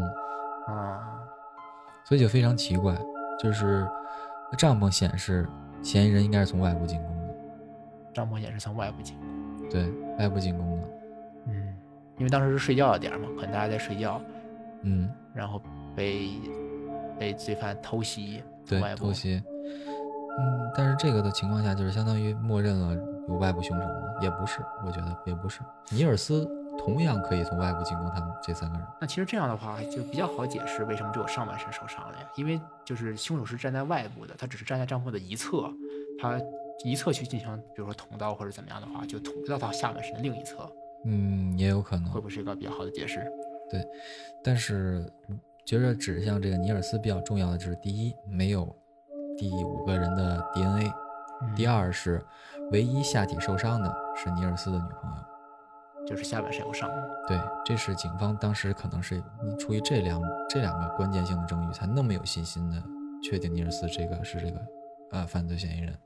Speaker 1: 所以就非常奇怪，就是帐篷显示嫌疑人应该是从外部进攻的。
Speaker 2: 帐篷也是从外部进攻，
Speaker 1: 对，外部进攻的。
Speaker 2: 因为当时是睡觉的点嘛，可能大家在睡觉，然后被罪犯偷袭，
Speaker 1: 对，偷袭。但是这个的情况下，就是相当于默认了有外部凶手吗？也不是，我觉得也不是。尼尔斯同样可以从外部进攻他们这3个人。
Speaker 2: 那其实这样的话就比较好解释为什么只有上半身受伤了呀，因为就是凶手是站在外部的，他只是站在帐篷的一侧，他一侧去进行比如说捅刀或者怎么样的话，就捅不到他下半身的另一侧。
Speaker 1: 也有可能，
Speaker 2: 会不会是一个比较好的解释？
Speaker 1: 对，但是觉着指向这个尼尔斯比较重要的就是第一，没有第5个人的 DNA，第二是唯一下体受伤的是尼尔斯的女朋友，
Speaker 2: 就是下半身有伤。
Speaker 1: 对，这是警方当时可能是出于这两个关键性的证据，才那么有信心的确定尼尔斯这个是这个犯罪嫌疑人。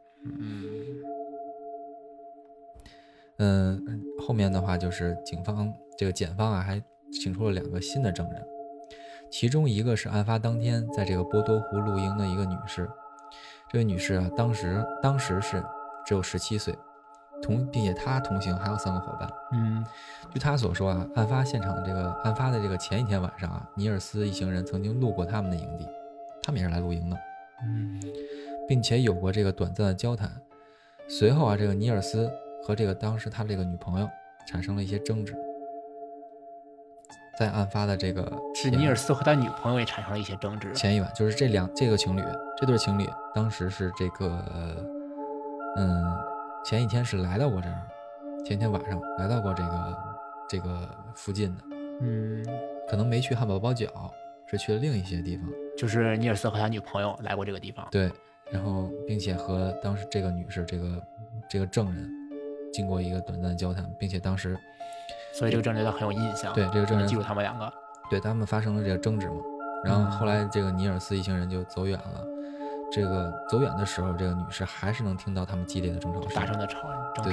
Speaker 1: 后面的话就是检方还请出了2个新的证人，其中一个是案发当天在这个波多湖露营的一个女士。这位女士当时是只有17岁，并且她同行还有3个伙伴。据她所说案发的这个前一天晚上尼尔斯一行人曾经路过他们的营地，他们也是来露营的。并且有过这个短暂的交谈。随后这个尼尔斯和这个当时他这个女朋友产生了一些争执。在案发的这个
Speaker 2: 是尼尔斯和他女朋友也产生了一些争执。
Speaker 1: 前一晚就是这对情侣当时是这个前一天是来到过这儿，前一天晚上来到过这个附近的，可能没去汉堡包角，是去了另一些地方。
Speaker 2: 就是尼尔斯和他女朋友来过这个地方。
Speaker 1: 对，然后并且和当时这个女士这个证人经过一个短暂的交谈，并且当时，
Speaker 2: 所以这个证人对他很有印象。
Speaker 1: 对，这个证人
Speaker 2: 记住他们两个，
Speaker 1: 对他们发生了这个争执嘛。然后后来这个尼尔斯一行人就走远了。这个走远的时候，这个女士还是能听到他们激烈的争吵声，
Speaker 2: 大声的争吵。
Speaker 1: 对。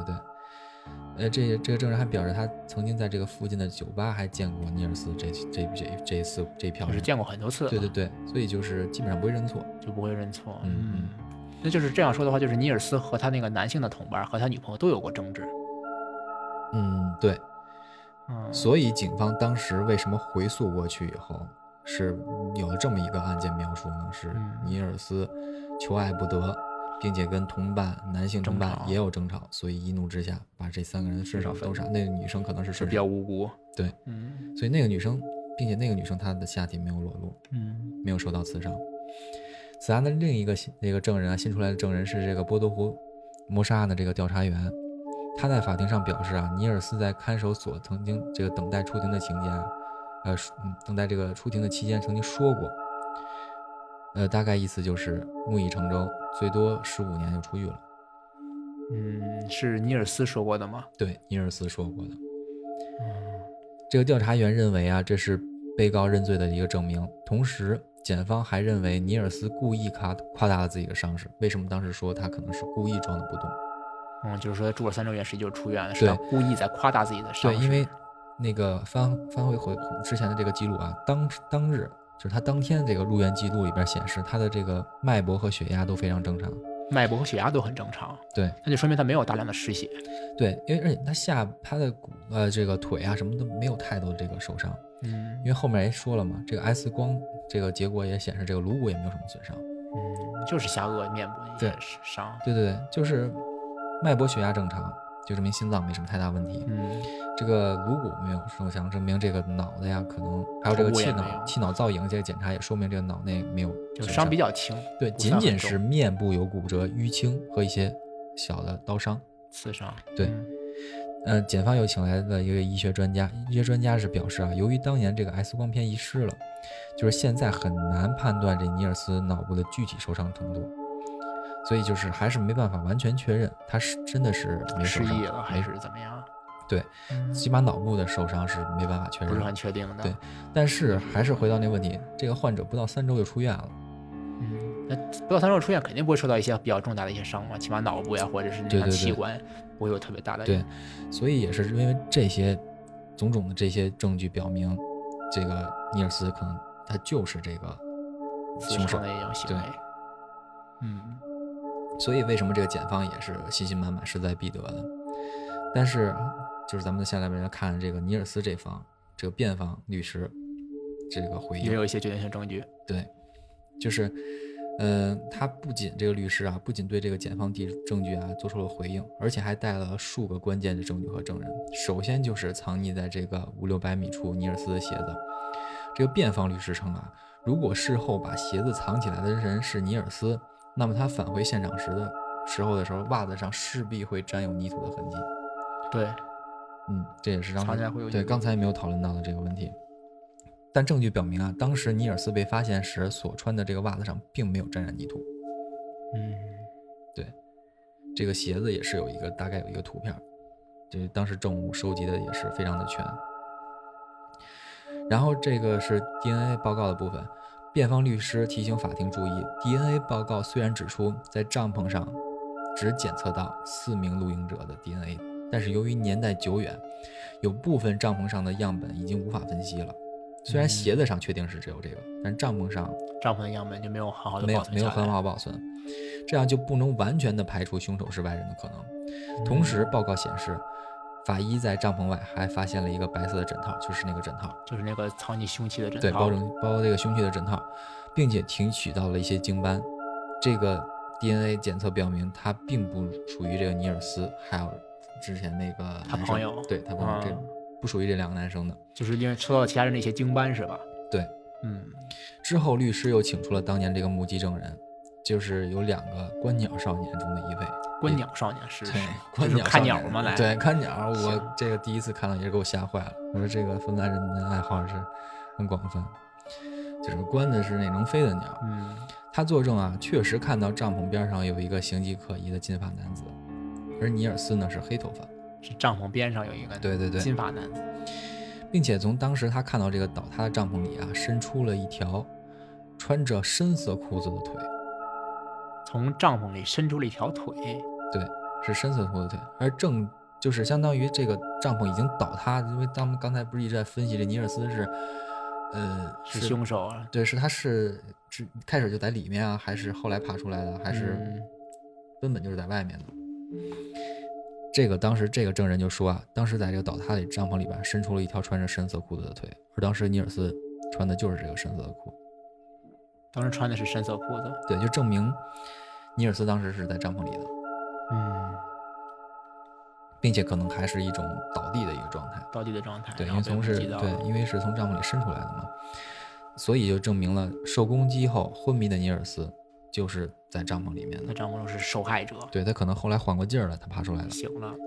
Speaker 1: 这个证人还表示，他曾经在这个附近的酒吧还见过尼尔斯这一票人，
Speaker 2: 就是见过很多次。
Speaker 1: 对，所以就是基本上不会认错，
Speaker 2: 就不会认错。那就是这样说的话，就是尼尔斯和他那个男性的同伴和他女朋友都有过争执。
Speaker 1: 对。所以警方当时为什么回溯过去以后是有了这么一个案件描述呢？是尼尔斯求爱不得，并且跟男性同伴也有争吵，所以一怒之下把这3个人顺手都杀。那个女生可能是
Speaker 2: 比较无辜，
Speaker 1: 对，所以那个女生，并且那个女生她的下体没有裸露，没有受到刺伤。此案的另一个那个证人啊，新出来的证人是这个波多湖谋杀案的这个调查员，他在法庭上表示啊，尼尔斯在看守所曾经这个等待出庭的期间，等待这个出庭的期间曾经说过，大概意思就是木已成舟，最多15年就出狱了。
Speaker 2: 是尼尔斯说过的吗？
Speaker 1: 对，尼尔斯说过的。这个调查员认为啊，这是被告认罪的一个证明。同时，检方还认为尼尔斯故意夸大了自己的伤势。为什么当时说他可能是故意装的不动？
Speaker 2: 就是说住了3周院，实际就是出院了，是他故意在夸大自己的伤势。
Speaker 1: 对，因为那个翻回之前的这个记录啊，当日就是他当天这个入院记录里边显示，他的这个脉搏和血压都非常正常。
Speaker 2: 脉搏和血压都很正常，
Speaker 1: 对，
Speaker 2: 那就说明他没有大量的失血。
Speaker 1: 对，因为而且他的这个腿啊什么都没有太多的这个受伤。因为后面也说了嘛，这个 X 光这个结果也显示这个颅骨也没有什么损伤。
Speaker 2: 就是下颚面部一些伤。
Speaker 1: 对，就是脉搏血压正常，就证明心脏没什么太大问题。这个颅骨没有受伤，证明这个脑袋呀可能还有这个气脑造影这个检查也说明这个脑内没有
Speaker 2: 就伤比较轻。
Speaker 1: 对，仅仅是面部有骨折、淤青和一些小的刀伤、
Speaker 2: 刺伤。
Speaker 1: 对。检方又请来了一个医学专家，医学专家是表示啊，由于当年这个 X 光片遗失了，就是现在很难判断这尼尔斯脑部的具体受伤程度，所以就是还是没办法完全确认他是真的是没受伤
Speaker 2: 失忆了还是怎么样。
Speaker 1: 对，起码脑部的受伤是没办法确认，
Speaker 2: 不是很确定的。
Speaker 1: 对，但是还是回到那个问题，这个患者不到3周就出院了。
Speaker 2: 那不到3周出院肯定不会受到一些比较重大的一些伤嘛，起码脑部呀或者是那些器官不会有特别大的。
Speaker 1: 对，所以也是因为这些种种的这些证据表明，这个尼尔斯可能他就是这个凶手
Speaker 2: 的一种行为。
Speaker 1: 所以为什么这个检方也是信心满满、势在必得的？但是就是咱们下来看这个尼尔斯这方，这个辩方律师这个回应
Speaker 2: 也有一些决定性证据。
Speaker 1: 对，就是他不仅这个律师啊，不仅对这个检方提证据啊做出了回应，而且还带了数个关键的证据和证人。首先就是藏匿在这个500-600米处尼尔斯的鞋子。这个辩方律师称啊，如果事后把鞋子藏起来的人是尼尔斯，那么他返回现场时候，袜子上势必会沾有泥土的痕迹。
Speaker 2: 对，
Speaker 1: 这也是
Speaker 2: 藏起来会有
Speaker 1: 对刚才没有讨论到的这个问题。但证据表明啊，当时尼尔斯被发现时所穿的这个袜子上并没有沾染泥土。对，这个鞋子也是大概有一个图片，这当时证物收集的也是非常的全。然后这个是 DNA 报告的部分，辩方律师提醒法庭注意 ，DNA 报告虽然指出在帐篷上只检测到4名露营者的 DNA， 但是由于年代久远，有部分帐篷上的样本已经无法分析了。虽然鞋子上确定是只有这个，但帐篷
Speaker 2: 的样本就没有很好的保存，
Speaker 1: 没有很好保存，这样就不能完全的排除凶手是外人的可能。同时，报告显示，法医在帐篷外还发现了一个白色的枕套，就是那个枕套，
Speaker 2: 就是那个藏匿凶器的枕套，
Speaker 1: 对，包这个凶器的枕套，并且提取到了一些精斑。这个 DNA 检测表明，他并不属于这个尼尔斯，还有之前那个
Speaker 2: 他朋友，
Speaker 1: 对他朋友这不属于这2个男生的，
Speaker 2: 就是因为受到其他人的一些精斑是吧？
Speaker 1: 对，之后律师又请出了当年这个目击证人，就是有2个观鸟少年中的一位，
Speaker 2: 观鸟少年是
Speaker 1: 对，
Speaker 2: 就是看鸟嘛，来
Speaker 1: 对，看鸟。我
Speaker 2: 行
Speaker 1: 这个第一次看到也是给我吓坏了。我说这个芬兰人的爱好是很广泛，就是观的是那能飞的鸟。他作证啊，确实看到帐篷边上有一个形迹可疑的金发男子，而尼尔斯呢是黑头发，
Speaker 2: 是帐篷边上有一个
Speaker 1: 对
Speaker 2: 金发男子，
Speaker 1: 并且从当时他看到这个倒塌的帐篷里啊，伸出了一条穿着深色裤子的腿。
Speaker 2: 从帐篷里伸出了一条腿，
Speaker 1: 对，是深色裤子腿，而就是相当于这个帐篷已经倒塌，因为咱们刚才不是一直在分析这尼尔斯
Speaker 2: 是凶手啊？
Speaker 1: 对，他是开始就在里面啊，还是后来爬出来的，还是根本就是在外面的？当时这个证人就说啊，当时在这个倒塌的帐篷里边伸出了一条穿着深色裤子的腿，而当时尼尔斯穿的就是这个深色的裤。
Speaker 2: 当时穿的是深色裤子，
Speaker 1: 对，就证明尼尔斯当时是在帐篷里的，并且可能还是一种倒地的一个状态，对，因为因为是从帐篷里伸出来的嘛，所以就证明了受攻击后昏迷的尼尔斯就是在帐篷里面的，
Speaker 2: 在帐篷中是受害者，
Speaker 1: 对，他可能后来缓过劲儿了，他爬出来了，
Speaker 2: 醒了，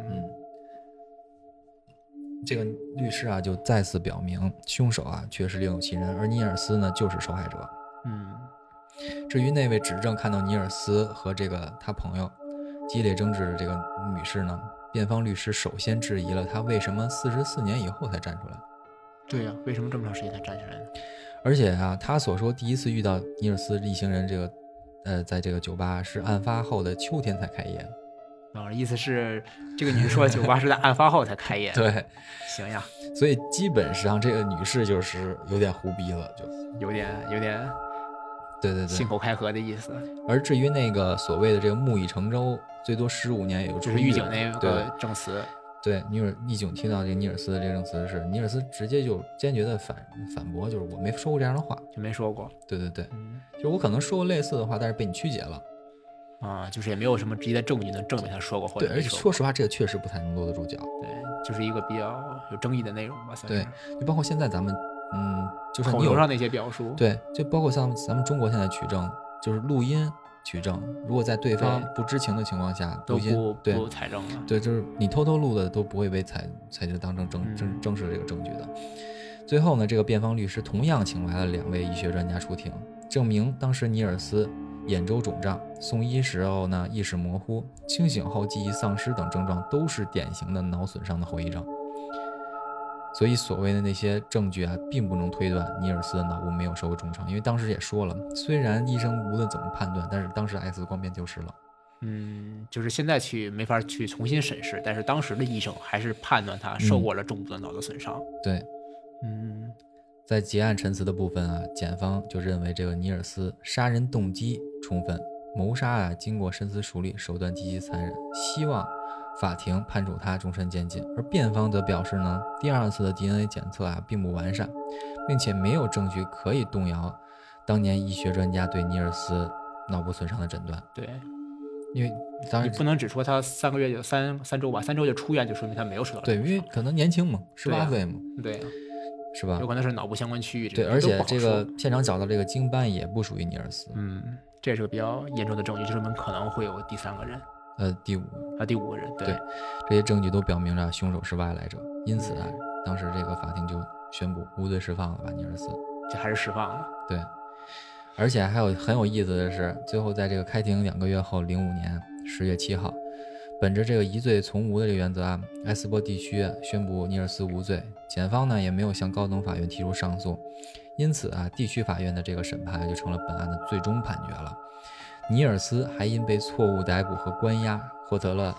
Speaker 1: 这个律师啊就再次表明凶手啊确实另有其人，而尼尔斯呢就是受害者。至于那位指证看到尼尔斯和这个他朋友激烈争执的这个女士呢，辩方律师首先质疑了他为什么44年以后才站出来。
Speaker 2: 对呀，为什么这么长时间才站出来呢？
Speaker 1: 而且啊，他所说第一次遇到尼尔斯一行人在这个酒吧是案发后的秋天才开业。
Speaker 2: 意思是这个女士说酒吧是在案发后才开业。
Speaker 1: 对，
Speaker 2: 行呀。
Speaker 1: 所以基本上这个女士就是有点胡逼了，就
Speaker 2: 有点
Speaker 1: 对
Speaker 2: 信口开河的意思。
Speaker 1: 而至于那个所谓的这个木已成舟，最多15年也就
Speaker 2: 就是狱警那个证词。
Speaker 1: 对，狱警听到这个尼尔斯的这个证词是，尼尔斯直接就坚决的反驳，就是我没说过这样的话，
Speaker 2: 就没说过。
Speaker 1: 对，就是我可能说过类似的话，但是被你曲解了。
Speaker 2: 就是也没有什么直接的证据能证明他说过或者没说过。
Speaker 1: 对，而且说实话，这个确实不太能落得住脚。
Speaker 2: 对，就是一个比较有争议的内容吧，算
Speaker 1: 是。对，就包括现在咱们，就是
Speaker 2: 口头上那些表述。
Speaker 1: 对，就包括像咱们中国现在取证，就是录音取证，如果在对方不知情的情况下，
Speaker 2: 都不采证了。
Speaker 1: 对，就是你偷偷录的都不会被采集当成正式这个证据的。最后呢，这个辩方律师同样请来了2位医学专家出庭，证明当时尼尔斯眼周肿胀，送医时候呢意识模糊，清醒后记忆丧失等症状都是典型的脑损伤的后遗症。所以所谓的那些证据啊，并不能推断尼尔斯的脑部没有受过重创，因为当时也说了，虽然医生无论怎么判断，但是当时 X 光片丢失了。
Speaker 2: 就是现在没法去重新审视，但是当时的医生还是判断他受过了重度的脑的损伤。
Speaker 1: 对，在结案陈词的部分啊，检方就认为这个尼尔斯杀人动机充分，谋杀啊经过深思熟虑，手段极其残忍，希望法庭判处他终身监禁。而辩方则表示呢，第2次的 DNA 检测啊并不完善，并且没有证据可以动摇当年医学专家对尼尔斯脑部损伤的诊断。
Speaker 2: 对，
Speaker 1: 因为当然
Speaker 2: 你不能只说他3个月就3周吧，3周就出院，就说明他没有受到。
Speaker 1: 对，因为可能年轻嘛，18岁嘛。
Speaker 2: 对啊。
Speaker 1: 是吧？
Speaker 2: 有可能是脑部相关区域。
Speaker 1: 对，而且这个现场找到这个经斑也不属于尼尔斯。
Speaker 2: 这也是个比较严重的证据，就是我们可能会有第3个人。
Speaker 1: 第
Speaker 2: 5个人。对，
Speaker 1: 这些证据都表明了凶手是外来者，因此啊，当时这个法庭就宣布无罪释放了吧尼尔斯。
Speaker 2: 这还是释放了。
Speaker 1: 对，而且还有很有意思的是，最后在这个开庭2个月后，05年10月7号。本着这个疑罪从无的这个原则啊，埃斯波地区宣布尼尔斯无罪，检方呢也没有向高等法院提出上诉，因此啊，地区法院的这个审判就成了本案的最终判决了。尼尔斯还因被错误逮捕和关押，获得了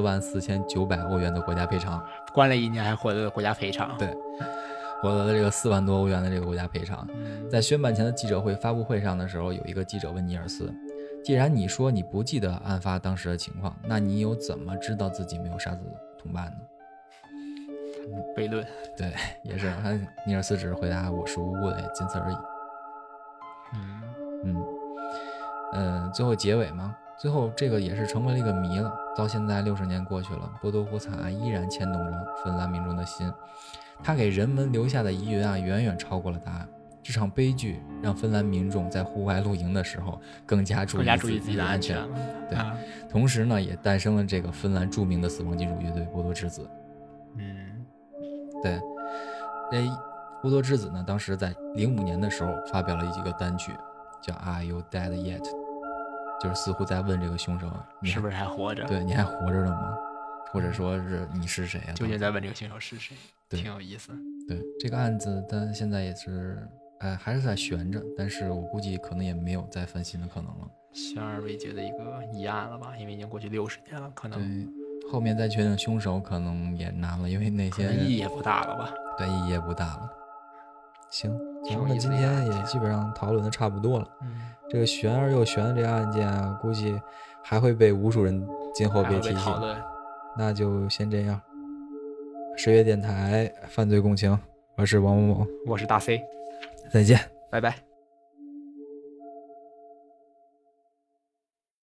Speaker 1: 44900欧元的国家赔偿。
Speaker 2: 关了1年还获得了国家赔偿。
Speaker 1: 对，获得了这个4万多欧元的这个国家赔偿。在宣判前的记者会发布会上的时候，有一个记者问尼尔斯，既然你说你不记得案发当时的情况，那你又怎么知道自己没有杀死同伴呢？
Speaker 2: 悖论。
Speaker 1: 对，也是，尼尔斯只是回答我是无辜的，仅此而已。最后结尾嘛，最后这个也是成为了一个谜了。到现在60年过去了，波多夫惨案依然牵动着芬兰民众的心，他给人们留下的疑云啊，远远超过了答案。 这场悲剧让芬兰民众在户外露营的时候更加注意
Speaker 2: 自己的安全。
Speaker 1: 对，同时呢，也诞生了这个芬兰著名的死亡金属乐队波多之子。对，波多之子呢，当时在05年的时候发表了一个单曲，叫 Are You Dead Yet？ 就是似乎在问这个凶手，你
Speaker 2: 是不是还活着？
Speaker 1: 对，你还活着呢吗？或者说是你是谁啊？
Speaker 2: 究竟在问这个凶手是谁？
Speaker 1: 对，
Speaker 2: 挺有意思。
Speaker 1: 对，这个案子，但现在也是，还是在悬着，但是我估计可能也没有再翻新的可能了，
Speaker 2: 悬而未决的一个疑案了吧？因为已经过去60年了，可能
Speaker 1: 对，后面再确定凶手可能也难了，因为那些
Speaker 2: 意义也不大了吧？
Speaker 1: 对，意义也不大了。行，咱们今天也基本上讨论的差不多了。这个悬而又悬的这个案件啊，估计还会被无数人今后被提起。那就先这样。十月电台犯罪共情，我是王某某，
Speaker 2: 我是大 C，
Speaker 1: 再见，
Speaker 2: 拜拜。